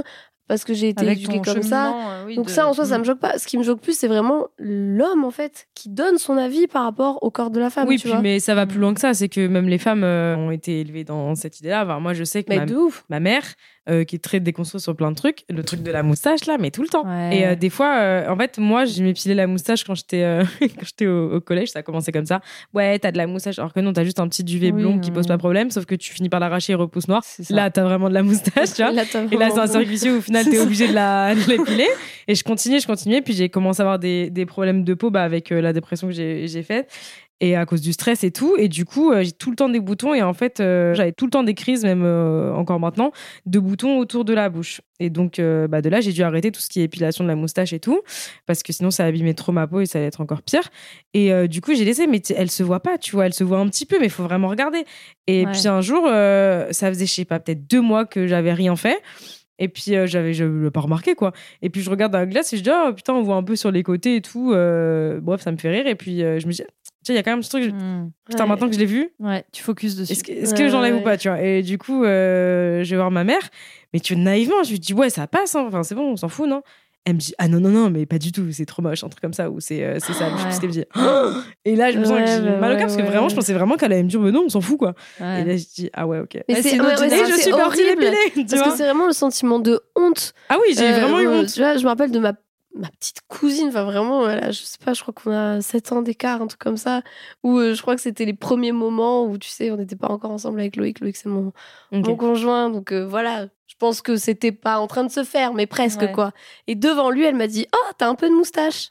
parce que j'ai été éduquée comme ça. Donc ça, en soi, ça me choque pas. Ce qui me choque plus, c'est vraiment l'homme, en fait, qui donne son avis par rapport au corps de la femme.
Oui,
tu vois.
mais ça va plus loin que ça. C'est que même les femmes ont été élevées dans cette idée-là. Enfin, moi, je sais que ma mère, qui est très déconstruite sur plein de trucs, le truc de la moustache, là, mais tout le temps. Ouais. Et des fois, en fait, moi, je m'épilais la moustache quand j'étais au collège. Ça a commencé comme ça. Ouais, t'as de la moustache. Alors que non, t'as juste un petit duvet blond qui pose pas problème, sauf que tu finis par l'arracher et repousse noir. Là, t'as vraiment de la moustache, tu vois. Et là, c'est un cercle vicieux où au final, t'es obligé de l'épiler. Et je continuais. Puis j'ai commencé à avoir des problèmes de peau avec la dépression que j'ai faite. Et à cause du stress et tout. Et du coup, j'ai tout le temps des boutons. Et en fait, j'avais tout le temps des crises, même encore maintenant, de boutons autour de la bouche. Et donc, de là, j'ai dû arrêter tout ce qui est épilation de la moustache et tout. Parce que sinon, ça abîmait trop ma peau et ça allait être encore pire. Et du coup, j'ai laissé. Mais elle se voit pas, tu vois. Elle se voit un petit peu, mais il faut vraiment regarder. Et puis un jour, ça faisait, je sais pas, peut-être 2 mois que j'avais rien fait. Et puis, je l'ai pas remarqué, quoi. Et puis, je regarde dans la glace et je dis, oh putain, on voit un peu sur les côtés et tout. Bref, ça me fait rire. Et puis, je me dis, tiens, il y a quand même ce truc. Putain, maintenant que je l'ai vu.
Ouais, tu focuses dessus.
Est-ce que j'enlève ou pas, tu vois. Et du coup, je vais voir ma mère. Mais tu vois, naïvement, je lui dis, ouais, ça passe. Hein. Enfin, c'est bon, on s'en fout, non? Elle me dit, ah non, mais pas du tout, c'est trop moche, un truc comme ça, ou c'est ça. Je me dis, oh. Et là, je me sens que j'ai mal au cœur parce que vraiment, je pensais vraiment qu'elle allait me dire, mais non, on s'en fout, quoi. Ouais. Et là, je dis, ah ouais, ok.
Mais c'est je suis partie l'épilée. Parce que c'est vraiment le sentiment de honte.
Ah oui, j'ai vraiment eu honte.
Tu vois, je me rappelle de ma petite cousine, enfin vraiment, là, je sais pas, je crois qu'on a 7 ans d'écart, un truc comme ça, où je crois que c'était les premiers moments où, tu sais, on n'était pas encore ensemble avec Loïc. Loïc, c'est mon conjoint, donc voilà. Je pense que c'était pas en train de se faire, mais presque, quoi. Et devant lui, elle m'a dit, oh, t'as un peu de moustache.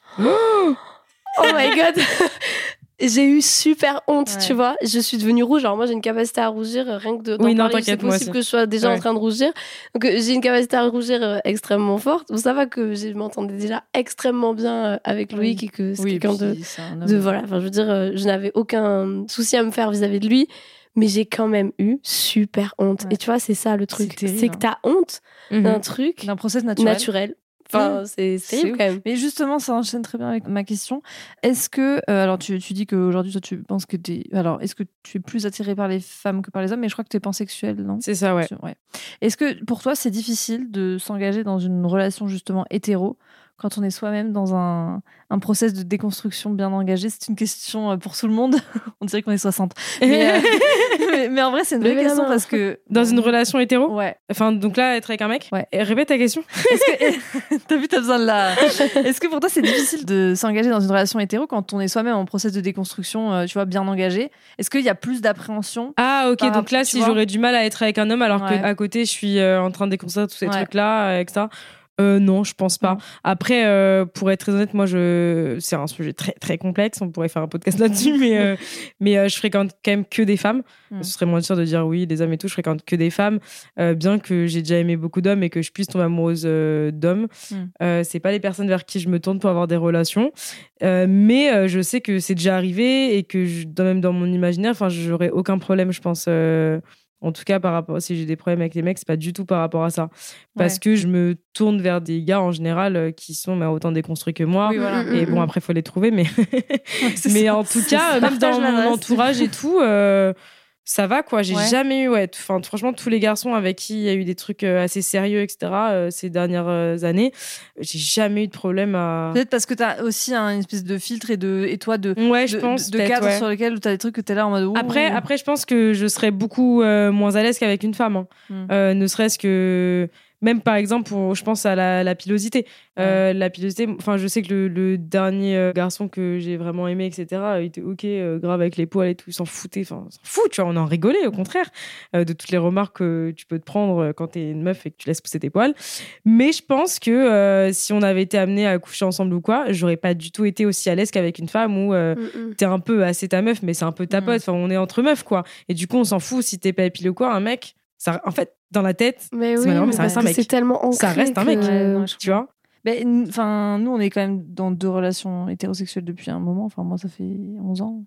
Oh my God. J'ai eu super honte, tu vois. Je suis devenue rouge. Alors moi, j'ai une capacité à rougir, rien que d'en parler. C'est possible que je sois déjà en train de rougir. Donc j'ai une capacité à rougir extrêmement forte. Bon, ça va que je m'entendais déjà extrêmement bien avec Loïc et que c'est quelqu'un de voilà. Enfin, je veux dire, je n'avais aucun souci à me faire vis-à-vis de lui. Mais j'ai quand même eu super honte. Et tu vois, c'est ça le truc. C'est que t'as honte d'un truc.
D'un process naturel.
Enfin, c'est terrible quand même.
Mais justement, ça enchaîne très bien avec ma question. Est-ce que, alors tu dis qu'aujourd'hui, toi, tu penses que alors, est-ce que tu es plus attiré par les femmes que par les hommes? Mais je crois que tu es pansexuel, non?
C'est ça, ouais.
Est-ce que pour toi, c'est difficile de s'engager dans une relation justement hétéro quand on est soi-même dans un process de déconstruction bien engagé? C'est une question pour tout le monde. On dirait qu'on est 60. Mais en vrai, c'est une vraie question parce que...
Dans une relation hétéro?
Ouais.
Enfin, donc là, être avec un mec?
Ouais.
Et répète ta question.
T'as vu, t'as besoin de la... Est-ce que pour toi, c'est difficile de s'engager dans une relation hétéro quand on est soi-même en process de déconstruction, tu vois, bien engagé? Est-ce qu'il y a plus d'appréhension?
Ah, ok. Donc là, si j'aurais du mal à être avec un homme alors qu'à côté, je suis en train de déconstruire tous ces trucs-là, avec ça... non, je pense pas. Après, pour être très honnête, moi, c'est un sujet très très complexe. On pourrait faire un podcast là-dessus, mais je fréquente quand même que des femmes. Ce serait moins sûr de dire oui, des hommes et tout. Je fréquente que des femmes, bien que j'ai déjà aimé beaucoup d'hommes et que je puisse tomber amoureuse d'hommes. C'est pas les personnes vers qui je me tourne pour avoir des relations, mais je sais que c'est déjà arrivé et que même dans mon imaginaire, enfin, j'aurais aucun problème, je pense. En tout cas, par rapport, si j'ai des problèmes avec les mecs, c'est pas du tout par rapport à ça. Parce que je me tourne vers des gars, en général, qui sont autant déconstruits que moi. Oui, voilà. Et bon, après, il faut les trouver. Mais, mais en tout cas, même dans mon entourage et tout, ça va, quoi. J'ai jamais eu... franchement, tous les garçons avec qui il y a eu des trucs assez sérieux, etc., ces dernières années, j'ai jamais eu de problème à...
Peut-être parce que t'as aussi une espèce de filtre et toi de cadre sur lequel t'as des trucs que t'es là en mode...
Après, je pense que je serais beaucoup moins à l'aise qu'avec une femme. Ne serait-ce que... Même par exemple, je pense à la pilosité. La pilosité, enfin, je sais que le dernier garçon que j'ai vraiment aimé, etc., il était ok, grave avec les poils et tout, il s'en foutait. Enfin, s'en fout, tu vois, on en rigolait au contraire de toutes les remarques que tu peux te prendre quand t'es une meuf et que tu laisses pousser tes poils. Mais je pense que si on avait été amenés à coucher ensemble ou quoi, j'aurais pas du tout été aussi à l'aise qu'avec une femme où t'es un peu, c'est ta meuf, mais c'est un peu ta pote. Enfin, on est entre meufs, quoi. Et du coup, on s'en fout si t'es pas épilé ou quoi. Un mec, ça, en fait, dans la tête,
mais ça reste un mec. C'est tellement ancré.
Ça reste un mec, tu vois.
Enfin, nous, on est quand même dans 2 relations hétérosexuelles depuis un moment. Enfin, moi, ça fait 11 ans.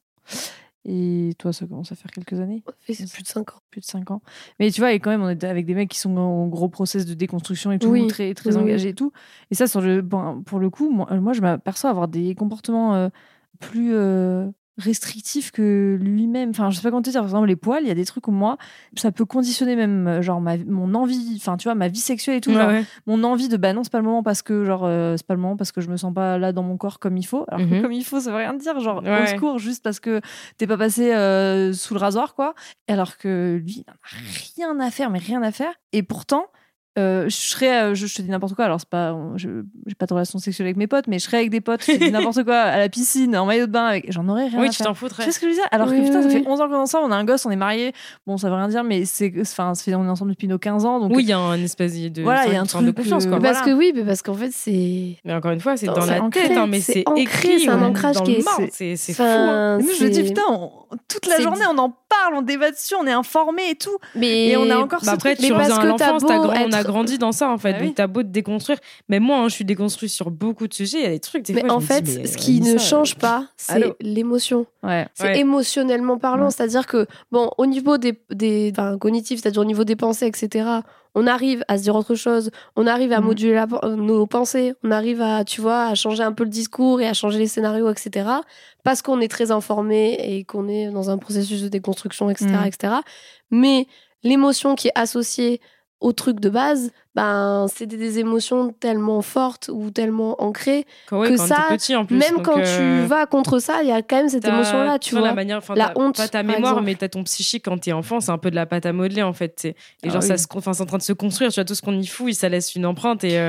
Et toi, ça commence à faire quelques années.
C'est plus de 5 ans.
Plus de 5 ans. Mais tu vois, et quand même, on est avec des mecs qui sont en gros process de déconstruction et tout, très, très engagés et tout. Et ça, pour le coup, moi, je m'aperçois avoir des comportements plus restrictif que lui-même. Enfin, je sais pas comment te dire. Par exemple, les poils, il y a des trucs où moi, ça peut conditionner même genre mon envie, enfin, tu vois, ma vie sexuelle et tout. Genre, mon envie de non, c'est pas le moment parce que c'est pas le moment parce que je me sens pas là dans mon corps comme il faut. Alors que comme il faut, ça veut rien dire. Genre, au secours, juste parce que t'es pas passé sous le rasoir, quoi. Alors que lui, il en a rien à faire, mais rien à faire. Et pourtant, je te dis n'importe quoi, alors c'est pas, j'ai pas de relation sexuelle avec mes potes, mais je serais avec des potes, je te dis n'importe quoi, à la piscine, en maillot de bain, j'en aurais rien à faire.
Oui, tu t'en foutrais.
Tu sais ce que je veux dire? Alors que putain, ça fait 11 ans qu'on est ensemble, on a un gosse, on est mariés, bon, ça veut rien dire, mais on est ensemble depuis nos 15 ans. Donc,
oui, il y a une espèce de.
Voilà, il y a un truc
de confiance, quoi.
Parce que oui, mais parce qu'en fait, c'est.
Mais encore une fois, c'est dans la tête, mais c'est
ancré,
écrit,
c'est un ancrage
dans
qui
le marbre, c'est fou.
Moi, je me dis, putain, toute la journée, on en parle, on débat dessus, on est informés et tout. Et on a encore ce
après,
truc.
tu reviens à l'enfance, on a grandi dans ça, en fait. Donc, t'as beau te déconstruire. Mais moi, je suis déconstruite sur beaucoup de sujets. Il y a des trucs, des fois.
Mais en fait, ce qui ne change pas, c'est l'émotion. C'est émotionnellement parlant. C'est-à-dire que, bon, au niveau des cognitifs, c'est-à-dire au niveau des pensées, etc., on arrive à se dire autre chose, on arrive à moduler nos pensées, on arrive à, tu vois, à changer un peu le discours et à changer les scénarios, etc. Parce qu'on est très informé et qu'on est dans un processus de déconstruction, etc., etc. Mais l'émotion qui est associée au truc de base, c'est des émotions tellement fortes ou tellement ancrées que ça,
petit, en plus,
même
donc,
quand tu vas contre ça, il y a quand même cette émotion-là, tu vois. La honte,
pas ta mémoire, mais t'as ton psychique quand t'es enfant, c'est un peu de la pâte à modeler, en fait. Et genre, c'est en train de se construire, tu vois, tout ce qu'on y fout, ça laisse une empreinte. Et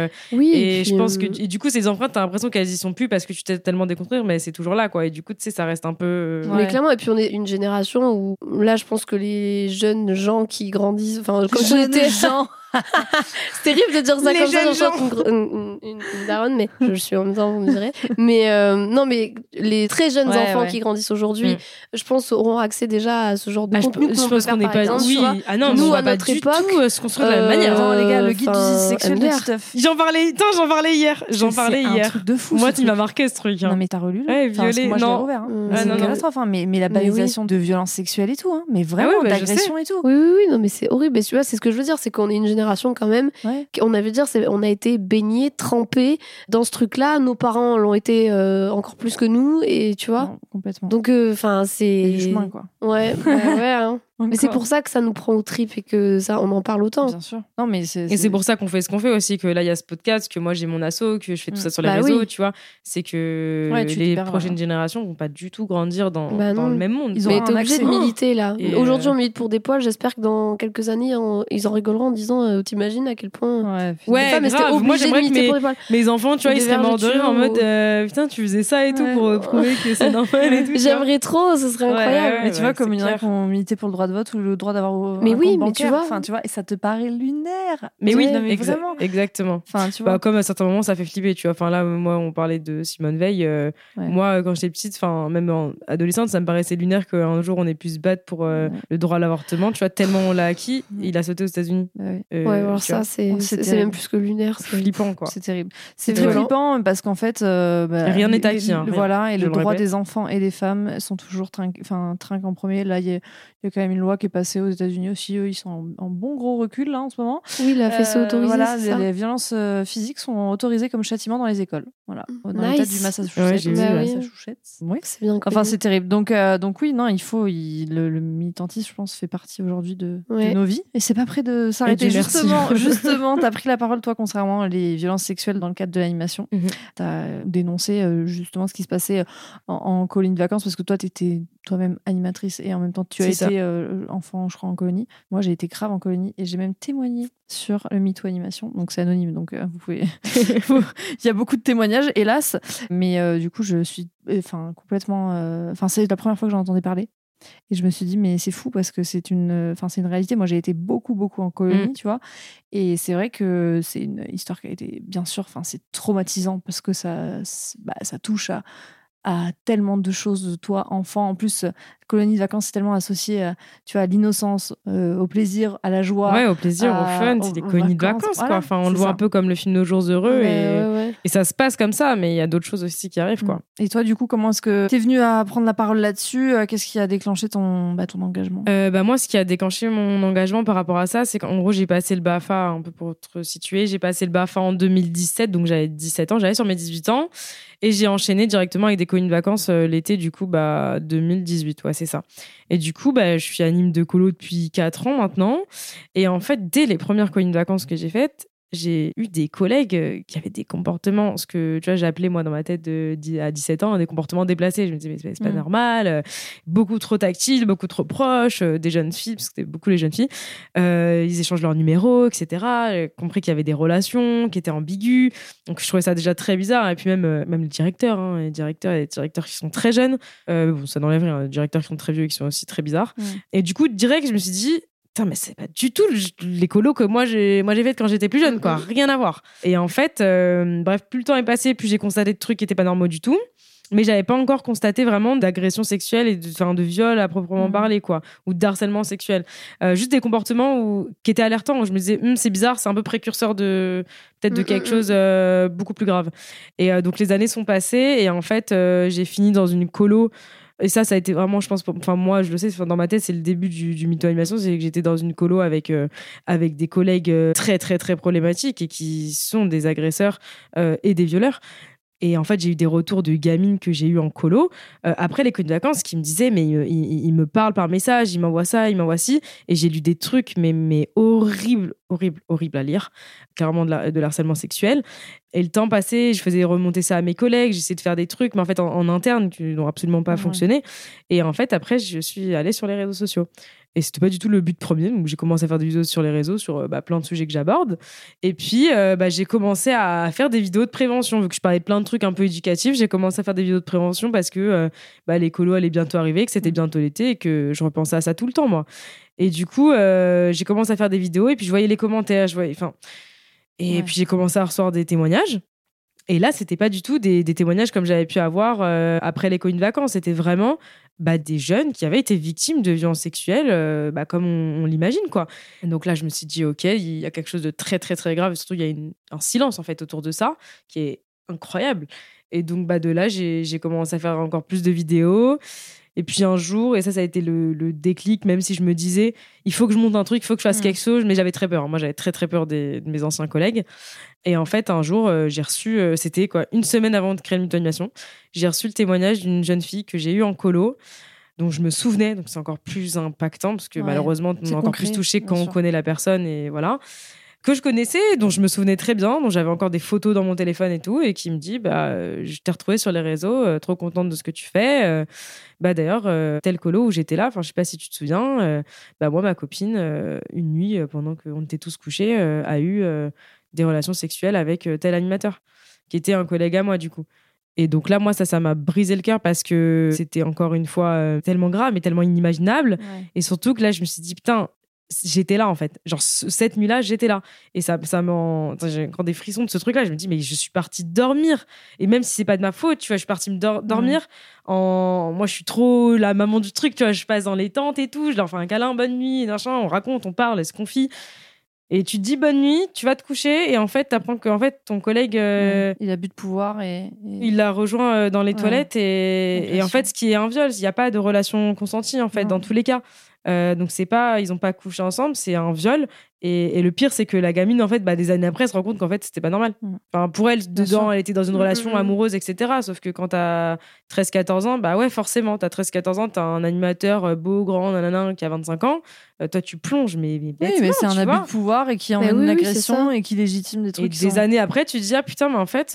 je pense que et du coup, ces empreintes, t'as l'impression qu'elles y sont plus parce que tu t'es tellement déconstruire, mais c'est toujours là, quoi. Et du coup, tu sais, ça reste un peu.
Mais clairement, et puis on est une génération où, là, je pense que les jeunes gens qui grandissent, enfin, quand on était gens. C'est terrible de dire ça comme ça, j'entends une daronne, mais je suis en même temps, vous me direz. Mais non, mais les très jeunes enfants qui grandissent aujourd'hui, je pense, auront accès déjà à ce genre de contenu.
Je pense qu'on n'est pas.
Oui,
nous, à notre époque, se construire de la même manière.
Attends, les gars, le guide du zizi sexuel de Titeuf.
J'en parlais hier. C'est un truc
de fou.
Moi, tu m'as marqué ce truc.
Non, mais t'as relu
là? Violet,
moi, je l'ai ouvert. C'est une catastrophe, mais la banalisation de violences sexuelles et tout, mais vraiment, d'agression et tout.
Oui, non, mais c'est horrible. Tu vois, c'est ce que je veux dire, c'est qu'on est une génération quand même. On avait dire, on a été baignés, trempés dans ce truc-là. Nos parents l'ont été encore plus que nous, et tu vois.
Non, complètement.
Donc, c'est
du chemin, quoi.
Ouais, hein. Mais c'est pour ça que ça nous prend aux tripes et que ça, on en parle autant.
Bien sûr. Non, mais
et c'est pour ça qu'on fait ce qu'on fait aussi, que là il y a ce podcast, que moi j'ai mon asso, que je fais tout ça sur les réseaux, tu vois. C'est que les prochaines générations vont pas du tout grandir dans le même monde.
Mais t'es obligé de militer là. Aujourd'hui on milite pour des poils, j'espère que dans quelques années ils en rigoleront en disant t'imagines à quel point.
Ouais, mais c'était obligé. Moi j'aimerais que mes enfants, tu vois, ils seraient morts de rire en mode putain, tu faisais ça et tout pour prouver que c'est normal et tout.
J'aimerais trop, ce serait incroyable.
Mais tu vois, comme il y en a qui ont milité pour le droit de vote ou le droit d'avoir
mais oui, mais
tu vois, et ça te paraît lunaire.
Mais oui,
vraiment.
Exactement.
Enfin, tu vois.
Comme à certains moments, ça fait flipper, tu vois. Enfin là, moi, on parlait de Simone Veil. Moi, quand j'étais petite, enfin même adolescente, ça me paraissait lunaire qu'un jour on ait pu se battre pour le droit à l'avortement, tu vois, tellement on l'a acquis. Il a sauté aux États-Unis.
Alors ça, c'est même plus que lunaire.
C'est flippant, quoi.
C'est terrible. C'est très flippant parce qu'en fait,
rien n'est acquis.
Voilà, et le droit des enfants et des femmes sont toujours trinquent en premier. Là, il y a quand même une loi qui est passée aux États-Unis aussi. Eux, ils sont en bon gros recul là en ce moment.
Oui, la fessée autorisée.
Voilà,
c'est ça.
les violences physiques sont autorisées comme châtiment dans les écoles. Voilà, dans l'état du Massachusetts.
Oui, c'est bien.
Enfin, c'est terrible. Donc oui, non, il faut. Le militantisme, je pense, fait partie aujourd'hui de nos vies. Et c'est pas prêt de s'arrêter. Justement, t'as pris la parole, toi, concernant les violences sexuelles dans le cadre de l'animation. T'as dénoncé justement ce qui se passait en colonie de vacances parce que toi, t'étais toi-même animatrice et en même temps, tu as été enfant, je crois, en colonie. Moi, j'ai été grave en colonie et j'ai même témoigné sur le MeToo Animation. Donc, c'est anonyme. Donc, vous pouvez. Il y a beaucoup de témoignages, hélas. Mais du coup, je suis complètement. C'est la première fois que j'en entendais parler. Et je me suis dit, mais c'est fou parce que c'est une réalité. Moi, j'ai été beaucoup en colonie, tu vois. Et c'est vrai que c'est une histoire qui a été, bien sûr, c'est traumatisant parce que ça touche à tellement de choses de toi, enfant. En plus, colonie de vacances, c'est tellement associé à l'innocence, au plaisir, à la joie.
Ouais, au plaisir, au fun. C'est des colonies de vacances, quoi. Enfin, on le voit un peu comme le film Nos jours heureux. Et ça se passe comme ça, mais il y a d'autres choses aussi qui arrivent, quoi.
Et toi, du coup, comment est-ce que t'es venue à prendre la parole là-dessus ? Qu'est-ce qui a déclenché ton engagement ?
Moi, ce qui a déclenché mon engagement par rapport à ça, c'est qu'en gros, j'ai passé le BAFA, un peu pour te situer, j'ai passé le BAFA en 2017, donc j'avais 17 ans, j'allais sur mes 18 ans, et j'ai enchaîné directement avec des colonies de vacances l'été, du coup, 2018, ouais, c'est ça. Et du coup, je suis anime de colo depuis 4 ans maintenant, et en fait, dès les premières colonies de vacances que j'ai faites, j'ai eu des collègues qui avaient des comportements, ce que tu vois, j'ai appelé moi dans ma tête à 17 ans, des comportements déplacés. Je me disais, mais c'est pas normal, beaucoup trop tactiles, beaucoup trop proches, des jeunes filles, parce que c'était beaucoup les jeunes filles, ils échangent leurs numéros, etc. J'ai compris qu'il y avait des relations qui étaient ambiguës, donc je trouvais ça déjà très bizarre. Et puis même les directeurs, les directeurs qui sont très jeunes, bon, ça n'enlève rien, les directeurs qui sont très vieux et qui sont aussi très bizarres. Et du coup, direct, je me suis dit, putain, mais c'est pas du tout les colos que moi j'ai fait quand j'étais plus jeune, quoi. Rien à voir. Et en fait, bref, plus le temps est passé, plus j'ai constaté de trucs qui étaient pas normaux du tout. Mais j'avais pas encore constaté vraiment d'agression sexuelle et de viol à proprement parler, quoi, ou de harcèlement sexuel. Juste des comportements qui étaient alertants, où je me disais, c'est bizarre, c'est un peu précurseur de quelque chose beaucoup plus grave. Et donc les années sont passées et en fait, j'ai fini dans une colo. Et ça a été vraiment, je pense, moi, je le sais, dans ma tête, c'est le début du mytho animation, c'est que j'étais dans une colo avec des collègues très, très, très problématiques et qui sont des agresseurs et des violeurs. Et en fait, j'ai eu des retours de gamines que j'ai eu en colo après les colonies de vacances qui me disaient, mais il me parle par message, il m'envoie ça, il m'envoie ci. Et j'ai lu des trucs, mais horribles à lire, carrément de l'harcèlement sexuel. Et le temps passé, je faisais remonter ça à mes collègues, j'essayais de faire des trucs, mais en fait, en interne, qui n'ont absolument pas fonctionné. Et en fait, après, je suis allée sur les réseaux sociaux. Et c'était pas du tout le but premier. Donc, j'ai commencé à faire des vidéos sur les réseaux, sur plein de sujets que j'aborde. Et puis, j'ai commencé à faire des vidéos de prévention. Vu que je parlais de plein de trucs un peu éducatifs, j'ai commencé à faire des vidéos de prévention parce que les colos allaient bientôt arriver, que c'était bientôt l'été et que je repensais à ça tout le temps, moi. Et du coup, j'ai commencé à faire des vidéos et puis je voyais les commentaires. Puis j'ai commencé à recevoir des témoignages. Et là, c'était pas du tout des témoignages comme j'avais pu avoir après les colonies de vacances. C'était vraiment des jeunes qui avaient été victimes de violences sexuelles, comme on l'imagine, quoi. Et donc là, je me suis dit, OK, il y a quelque chose de très, très, très grave. Et surtout, il y a un silence, en fait, autour de ça qui est incroyable. Et donc, de là, j'ai commencé à faire encore plus de vidéos. Et puis un jour, et ça a été le déclic, même si je me disais, il faut que je monte un truc, il faut que je fasse quelque chose, mais j'avais très peur. Moi, j'avais très, très peur de mes anciens collègues. Et en fait, un jour, j'ai reçu, c'était une semaine avant de créer le mytho animation, j'ai reçu le témoignage d'une jeune fille que j'ai eue en colo, dont je me souvenais, donc c'est encore plus impactant, parce que malheureusement, on est encore plus touché quand on connaît la personne, et voilà. Que je connaissais, dont je me souvenais très bien, dont j'avais encore des photos dans mon téléphone et tout, et qui me dit, je t'ai retrouvée sur les réseaux, trop contente de ce que tu fais. D'ailleurs, tel colo où j'étais là, je sais pas si tu te souviens, moi, ma copine, une nuit, pendant qu'on était tous couchés, a eu des relations sexuelles avec tel animateur, qui était un collègue à moi, du coup. Et donc là, moi, ça m'a brisé le cœur parce que c'était encore une fois tellement grave, mais tellement inimaginable. Ouais. Et surtout que là, je me suis dit, putain, j'étais là en fait, genre cette nuit-là j'étais là et ça j'ai encore des frissons de ce truc-là. Je me dis mais je suis partie dormir et même si c'est pas de ma faute, tu vois, je suis partie me dormir moi je suis trop la maman du truc, tu vois, je passe dans les tentes et tout, je leur fais un câlin, bonne nuit, machin, on raconte, on parle, on se confie et tu te dis bonne nuit, tu vas te coucher et en fait t'apprends que en fait ton collègue
il a bu de pouvoir et
il l'a rejoint dans les toilettes et en fait ce qui est un viol, il n'y a pas de relation consentie en fait dans tous les cas. Donc c'est pas, ils ont pas couché ensemble, c'est un viol et le pire c'est que la gamine en fait des années après elle se rend compte qu'en fait c'était pas normal. Enfin pour elle dedans elle était dans une relation amoureuse etc, sauf que quand t'as 13-14 ans ouais forcément t'as 13-14 ans, t'as un animateur beau grand nanana qui a 25 ans, toi tu plonges mais
c'est un abus de pouvoir et qui emmène une agression et qui légitime des trucs
et des années après tu te dis putain mais en fait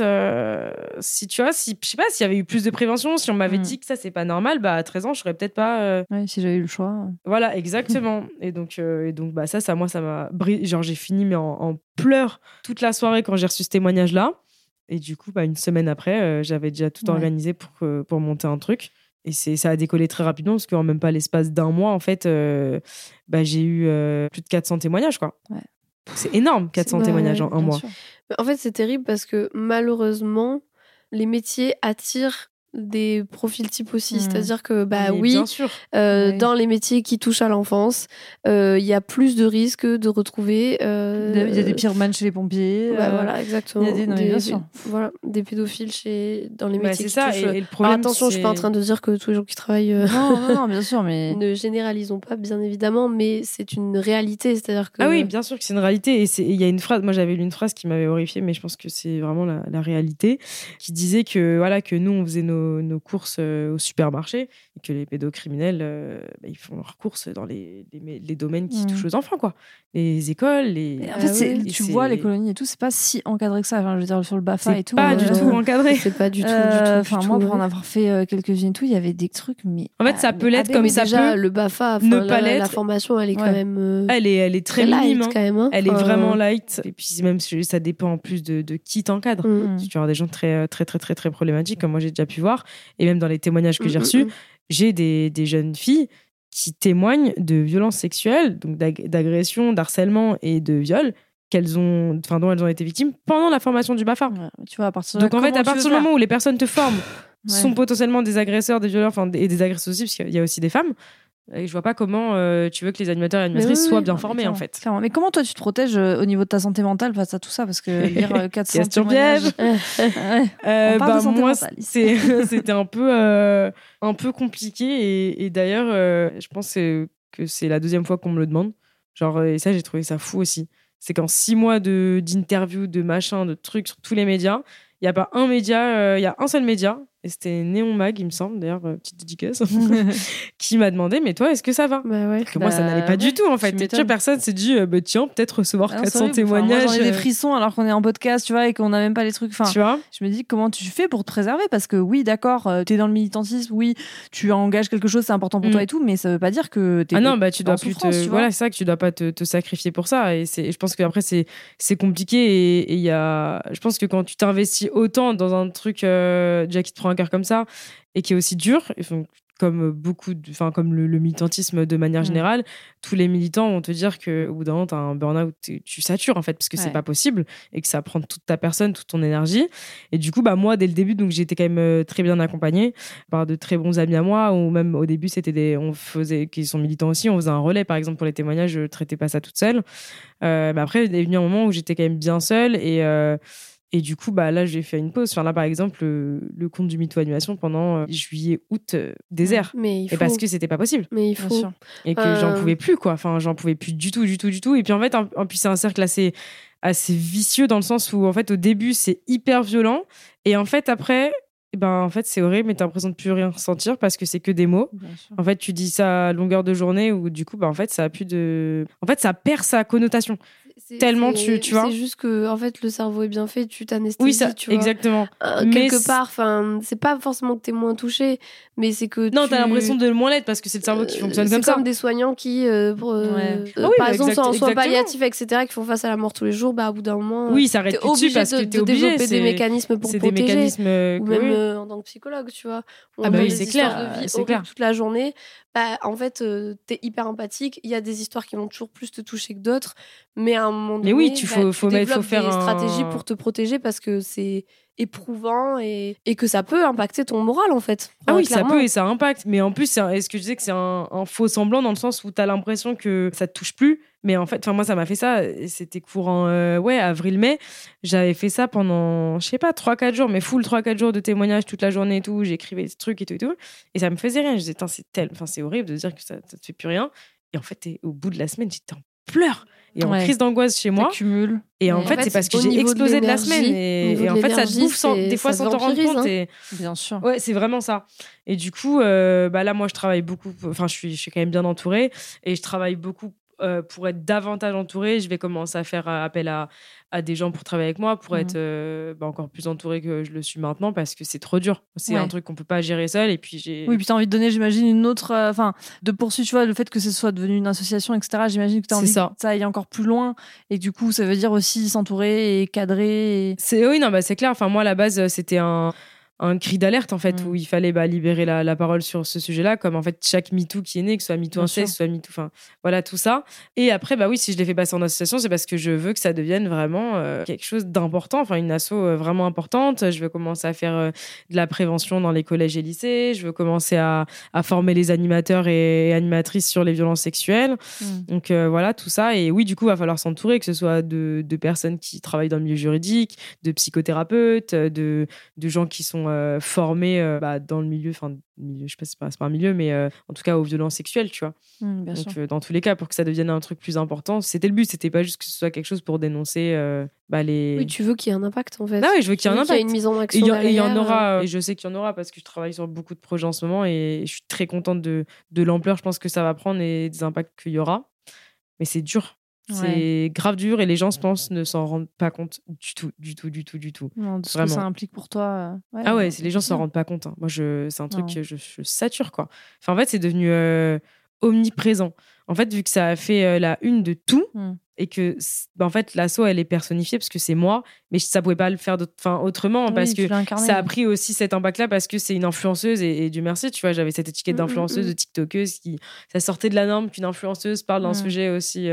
si tu vois, si je sais pas s'il y avait eu plus de prévention, si on m'avait dit que ça c'est pas normal, à 13 ans je serais peut-être pas
si j'avais eu le choix.
Voilà, exactement. Et donc ça moi ça m'a genre j'ai fini mais en pleurs toute la soirée quand j'ai reçu ce témoignage là et du coup une semaine après j'avais déjà tout organisé pour monter un truc et ça a décollé très rapidement parce qu'en même pas l'espace d'un mois en fait j'ai eu plus de 400 témoignages quoi. C'est énorme, 400 témoignages en un mois.
En fait c'est terrible parce que malheureusement les métiers attirent des profils types aussi. C'est-à-dire que,
Mais
oui,
bien sûr.
dans les métiers qui touchent à l'enfance, il y a plus de risques de retrouver...
Il y a des pyromans chez les pompiers.
Voilà, exactement.
Il y a bien sûr.
Voilà, des pédophiles dans les métiers qui
ça.
touchent...
Et le problème,
attention, je suis pas en train de dire que tous les gens qui travaillent...
Non, bien sûr, mais...
Ne généralisons pas, bien évidemment, mais c'est une réalité. C'est-à-dire que...
Ah oui, bien sûr que c'est une réalité. Et il y a une phrase, moi j'avais lu une phrase qui m'avait horrifiée, mais je pense que c'est vraiment la réalité, qui disait que, voilà, que nous, on faisait nos courses au supermarché et que les pédocriminels, ils font leurs courses dans les domaines qui touchent aux enfants, quoi. Les écoles,
En fait, tu vois, les colonies et tout, c'est pas si encadré que ça. Enfin, je veux dire, sur le BAFA et tout.
C'est pas du tout encadré.
C'est pas du tout.
Enfin, moi, pour en avoir fait quelques-unes et tout, il y avait des trucs, mais.
En fait, ça peut l'être comme ça
déjà,
peut.
le BAFA,
ne pas l'être.
La formation, elle est quand même.
Elle est très
light,
minime.
Quand même, hein.
Elle est vraiment light. Et puis, même, ça dépend en plus de qui t'encadre. Si tu as des gens très, très, très, très, très problématiques, comme moi, j'ai déjà pu voir, et même dans les témoignages que j'ai reçus, j'ai des jeunes filles qui témoignent de violences sexuelles, donc d'agressions, d'harcèlement et de viols dont elles ont été victimes pendant la formation du BAFA.
Tu vois, à partir
donc en fait, à partir du moment où les personnes te forment sont potentiellement des agresseurs, des violeurs, et des agresseurs aussi, parce qu'il y a aussi des femmes. Et je vois pas comment tu veux que les animateurs et animatrices soient bien formés, en fait.
Clairement. Mais comment toi tu te protèges au niveau de ta santé mentale face à tout ça? Parce que lire 400
question
témoignages...
moi, c'était un peu compliqué. Et d'ailleurs, je pense que c'est la deuxième fois qu'on me le demande. Genre, et ça, j'ai trouvé ça fou aussi. C'est qu'en 6 mois d'interviews, de machins, de trucs sur tous les médias, il n'y a pas un média, il y a un seul média, et c'était Néon Mag, il me semble, d'ailleurs, petite dédicace, qui m'a demandé, mais toi, est-ce que ça va? Parce que moi, ça n'allait pas du tout, en fait. Et tu vois, personne s'est dit, tiens, peut-être recevoir 400 témoignages.
Moi, j'en ai des frissons alors qu'on est en podcast, tu vois, et qu'on n'a même pas les trucs. Enfin,
tu vois,
je me dis, comment tu fais pour te préserver? Parce que oui, d'accord, t'es dans le militantisme, oui, tu engages quelque chose, c'est important pour toi et tout, mais ça veut pas dire que t'es.
Ah non, tu dois plus
voilà,
c'est ça, que tu dois pas te sacrifier pour ça. Et je pense qu'après, c'est compliqué. Et il y a, je pense que quand tu t'investis autant dans un truc déjà qui te prend un cœur comme ça, et qui est aussi dur, comme comme le militantisme de manière générale, tous les militants vont te dire qu'au bout d'un moment, tu as un burn-out, tu satures en fait, parce que c'est pas possible et que ça prend toute ta personne, toute ton énergie. Et du coup, moi, dès le début, donc j'ai été quand même très bien accompagnée par de très bons amis à moi, ou même au début, qui sont militants aussi, on faisait un relais, par exemple, pour les témoignages, je traitais pas ça toute seule. Mais après, il est venu un moment où j'étais quand même bien seule et du coup, là, j'ai fait une pause. Enfin, là, par exemple, le compte du MeToo Animation pendant juillet, août, désert. Et parce que c'était pas possible.
Mais il faut.
Et que j'en pouvais plus, quoi. Enfin, j'en pouvais plus du tout. Et puis, en fait, c'est un cercle assez vicieux dans le sens où, en fait, au début, c'est hyper violent. Et en fait, après, en fait, c'est horrible, mais t'as l'impression de plus rien ressentir parce que c'est que des mots. En fait, tu dis ça à longueur de journée où, du coup, en fait, ça a plus de. En fait, ça perd sa connotation. Tellement tu vois.
C'est juste que en fait le cerveau est bien fait, tu t'anesthésies.
Oui, ça,
tu vois.
exactement.
Quelque part, c'est pas forcément que t'es moins touché, mais c'est que
t'as l'impression de le moins l'être parce que c'est le cerveau qui fonctionne comme ça.
C'est comme des soignants qui, par exemple, en soins palliatifs, etc., qui font face à la mort tous les jours. Au bout d'un moment,
ça arrête tout de suite parce que t'es obligé.
Développer des mécanismes pour protéger.
Des mécanismes
ou même en tant que psychologue, tu vois.
C'est clair,
c'est clair. Toute la journée. En fait, t'es hyper empathique. Il y a des histoires qui vont toujours plus te toucher que d'autres, mais à un moment donné,
tu développes
faire des stratégies pour te protéger parce que c'est éprouvant et que ça peut impacter ton moral en fait.
Oui, clairement. Ça peut et ça impacte. Mais en plus, est-ce que je disais que c'est un faux semblant dans le sens où t'as l'impression que ça te touche plus. Mais en fait, moi, ça m'a fait ça. C'était courant, avril-mai. J'avais fait ça pendant, je sais pas, 3-4 jours, mais full 3-4 jours de témoignages toute la journée et tout. J'écrivais des trucs et tout. Et ça me faisait rien. Je disais, c'est horrible de dire que ça te fait plus rien. Et en fait, au bout de la semaine, j'étais en pleurs et en crise d'angoisse chez moi. Et en fait, c'est parce que j'ai explosé de la semaine. Et en fait, ça te bouffe des fois sans t'en rendre compte. Et...
Bien sûr.
Ouais, c'est vraiment ça. Et du coup, là, moi, je travaille beaucoup. Enfin, je suis quand même bien entourée. Et je travaille beaucoup pour être davantage entourée. Je vais commencer à faire appel à des gens pour travailler avec moi, pour être encore plus entourée que je le suis maintenant, parce que c'est trop dur. C'est un truc qu'on peut pas gérer seul. Et puis
oui, puis t'as envie de donner, j'imagine, une autre... de poursuivre, tu vois, le fait que ce soit devenu une association, etc. J'imagine que t'as envie que ça aille encore plus loin. Et du coup, ça veut dire aussi s'entourer et cadrer.
Oui, non, c'est clair. Enfin, moi, à la base, c'était un cri d'alerte en fait où il fallait libérer la parole sur ce sujet-là, comme en fait chaque MeToo qui est né, que ce soit MeToo inceste, soit MeToo, enfin voilà tout ça. Et après oui, si je l'ai fait passer en association, c'est parce que je veux que ça devienne vraiment quelque chose d'important, enfin une asso vraiment importante. Je veux commencer à faire de la prévention dans les collèges et lycées. Je veux commencer à former les animateurs et animatrices sur les violences sexuelles. Donc voilà tout ça. Et oui, du coup, va falloir s'entourer, que ce soit de personnes qui travaillent dans le milieu juridique, de psychothérapeutes, de gens qui sont formés dans le milieu, je sais pas, c'est pas un milieu, mais en tout cas aux violences sexuelles, tu vois.
Bien
Donc
sûr.
dans tous les cas, pour que ça devienne un truc plus important, c'était le but, c'était pas juste que ce soit quelque chose pour dénoncer les...
Oui, tu veux qu'il y ait un impact en fait.
Ah oui, je veux qu'il y ait un impact.
Qu'il y ait une mise en action
et il y en aura, et je sais qu'il y en aura parce que je travaille sur beaucoup de projets en ce moment et je suis très contente de l'ampleur, je pense que ça va prendre et des impacts qu'il y aura. Mais c'est dur. C'est grave dur et les gens, je pense, ne s'en rendent pas compte du tout.
Non, de ce que ça implique pour toi.
Les gens s'en rendent pas compte. Hein. Moi, c'est un truc que je sature, quoi. Enfin, en fait, c'est devenu omniprésent. En fait, vu que ça a fait la une de tout et que, en fait, l'asso, elle est personnifiée parce que c'est moi, mais ça pouvait pas le faire autrement parce que ça a pris aussi cet impact-là parce que c'est une influenceuse et Dieu merci, tu vois, j'avais cette étiquette d'influenceuse, de tiktokeuse ça sortait de la norme qu'une influenceuse parle d'un sujet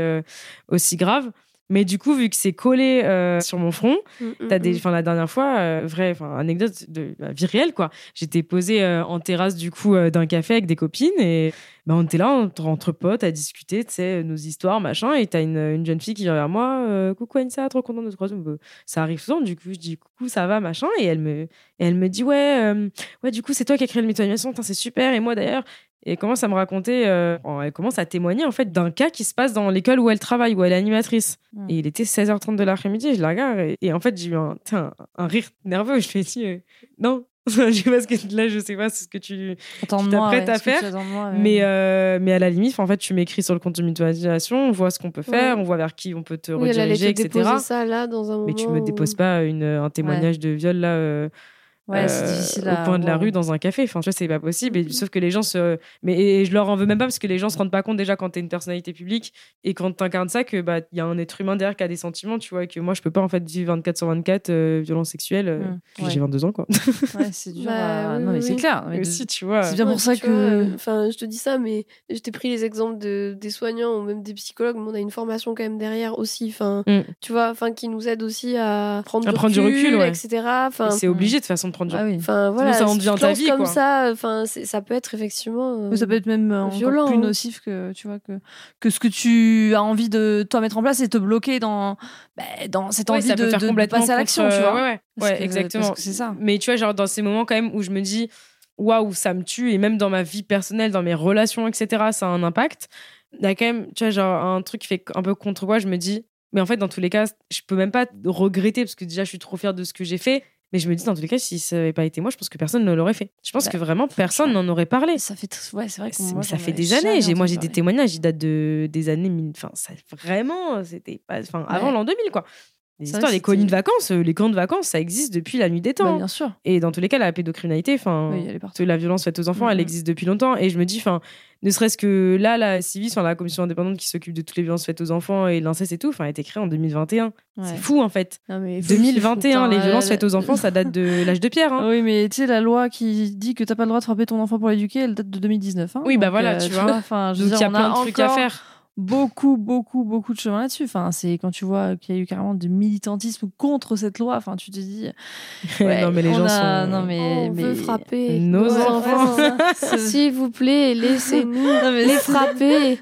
aussi grave. Mais du coup, vu que c'est collé sur mon front, la dernière fois, anecdote de la vie réelle, quoi. J'étais posée en terrasse du coup d'un café avec des copines et on était là entre potes à discuter, tu sais, nos histoires, machin. Et t'as une jeune fille qui vient vers moi, coucou Anissa, trop contente de te croiser. Ça arrive souvent, du coup, je dis coucou, ça va, machin. Et elle me dit ouais, du coup, c'est toi qui as créé le métier d'animation, c'est super. Et moi d'ailleurs. Et elle commence à me raconter, elle commence à témoigner en fait d'un cas qui se passe dans l'école où elle travaille, où elle est animatrice. Et il était 16h30 de l'après-midi, je la regarde et en fait j'ai eu un rire nerveux. Je lui ai dit non, parce que là je sais pas ce que tu t'apprêtes à faire, mais à la limite en fait tu m'écris sur le compte de mutualisation, on voit ce qu'on peut faire, on voit vers qui on peut te rediriger, etc.
Déposer ça là dans un moment.
Mais tu me déposes pas un témoignage de viol là.
C'est difficile
au coin de la rue dans un café, enfin tu vois, c'est pas possible. Et, sauf que les gens et je leur en veux même pas parce que les gens se rendent pas compte déjà quand t'es une personnalité publique et quand t'incarnes ça que il y a un être humain derrière qui a des sentiments, tu vois, et que moi je peux pas en fait vivre 24/24 violence sexuelle. J'ai 22 ans quoi.
C'est dur. Non mais c'est clair.
Mais aussi tu vois.
C'est bien pour ça que
je te dis ça, mais je t'ai pris les exemples des soignants ou même des psychologues, mais on a une formation quand même derrière aussi, tu vois, qui nous aide aussi à prendre du recul, etc.
C'est obligé de façon prendre
voilà,
ça en devient ta vie
comme
quoi.
Ça peut être effectivement
ça peut être même
violent,
encore plus nocif que tu vois que ce que tu as envie de toi mettre en place et te bloquer dans cette envie de passer à l'action, tu vois.
Exactement.
Parce que c'est ça.
Mais tu vois, genre dans ces moments quand même où je me dis waouh, ça me tue, et même dans ma vie personnelle, dans mes relations, etc., ça a un impact. Il y a quand même, tu vois, genre un truc qui fait un peu contre moi, je me dis mais en fait dans tous les cas je peux même pas regretter parce que déjà je suis trop fière de ce que j'ai fait. Mais je me dis, dans tous les cas, si ça n'avait pas été moi, je pense que personne ne l'aurait fait. Je pense que vraiment, personne n'en aurait parlé.
Ça fait, c'est vrai que
moi, ça fait des années. Moi, j'ai des témoignages, ils datent des années... Enfin, ça, vraiment, c'était pas... avant l'an 2000, quoi. Les histoires, les colonies de vacances, les camps de vacances, ça existe depuis la nuit des temps.
Bien sûr.
Et dans tous les cas, la pédocriminalité, la violence faite aux enfants, elle existe depuis longtemps. Et je me dis, ne serait-ce que là, la CIVIS, la commission indépendante qui s'occupe de toutes les violences faites aux enfants et l'inceste et tout, a été créée en 2021. C'est fou, en fait.
Non, mais
2021, les violences faites aux enfants, ça date de l'âge de pierre. Hein.
Oui, mais tu sais, la loi qui dit que t'as pas le droit de frapper ton enfant pour l'éduquer, elle date de 2019. Hein,
oui, donc, voilà, tu vois.
Donc, il y a plein de trucs à faire. Beaucoup de chemin là-dessus. C'est quand tu vois qu'il y a eu carrément du militantisme contre cette loi. Tu te dis.
Non, mais les gens sont.
Non, mais on veut frapper
nos enfants.
S'il vous plaît, laissez-nous les frapper.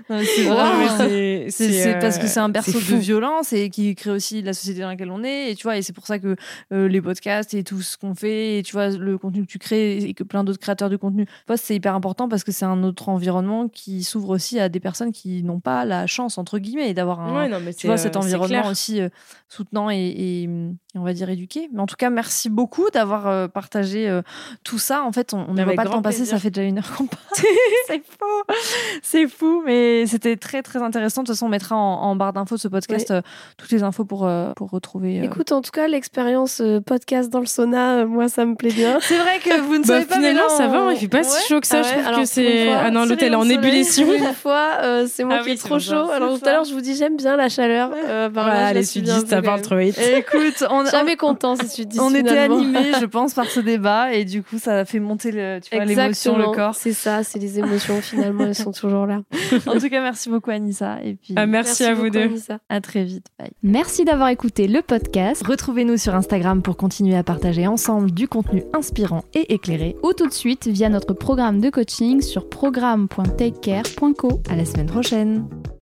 C'est parce que c'est un berceau de violence et qui crée aussi la société dans laquelle on est. Et tu vois, et c'est pour ça que les podcasts et tout ce qu'on fait, et tu vois, le contenu que tu crées et que plein d'autres créateurs de contenu postent, c'est hyper important parce que c'est un autre environnement qui s'ouvre aussi à des personnes qui n'ont pas la chance entre guillemets d'avoir cet environnement aussi soutenant et on va dire éduqué. Mais en tout cas, merci beaucoup d'avoir partagé tout ça. En fait, on ne voit pas le temps passer, ça fait déjà 1 heure qu'on parle. C'est fou, mais c'était très très intéressant. De toute façon, on mettra en barre d'infos de ce podcast toutes les infos pour retrouver.
Écoute, en tout cas, l'expérience podcast dans le sauna, moi ça me plaît bien.
C'est vrai que vous ne savez pas, mais
finalement ça va, il fait pas si chaud que ça. Je trouve que c'est l'hôtel est en ébullition.
Une fois, c'est moi qui est trop chaud. Alors tout à l'heure, je vous dis j'aime bien la chaleur.
Allez, tu dis ça parle trop vite.
Écoute, on
jamais content si tu te dis.
On était animés, je pense, par ce débat et du coup, ça a fait monter l'émotion, le corps.
C'est ça, c'est les émotions finalement, elles sont toujours là.
En tout cas, merci beaucoup Anissa et puis
merci à vous deux.
Anissa.
À très vite. Bye.
Merci d'avoir écouté le podcast.
Retrouvez-nous sur Instagram pour continuer à partager ensemble du contenu inspirant et éclairé.
Ou tout de suite via notre programme de coaching sur programme.takecare.co.
À la semaine prochaine.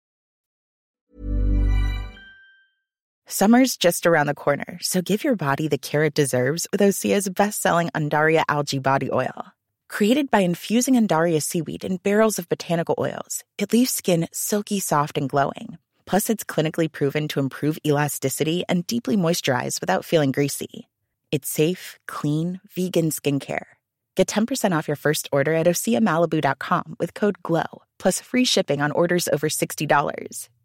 Summer's just around the corner, so give your body the care it deserves with Osea's best-selling Undaria Algae Body Oil. Created by infusing Undaria seaweed in barrels of botanical oils, it leaves skin silky soft and glowing. Plus, it's clinically proven to improve elasticity and deeply moisturize without feeling greasy. It's safe, clean, vegan skincare. Get 10% off your first order at OseaMalibu.com with code GLOW, plus free shipping on orders over $60.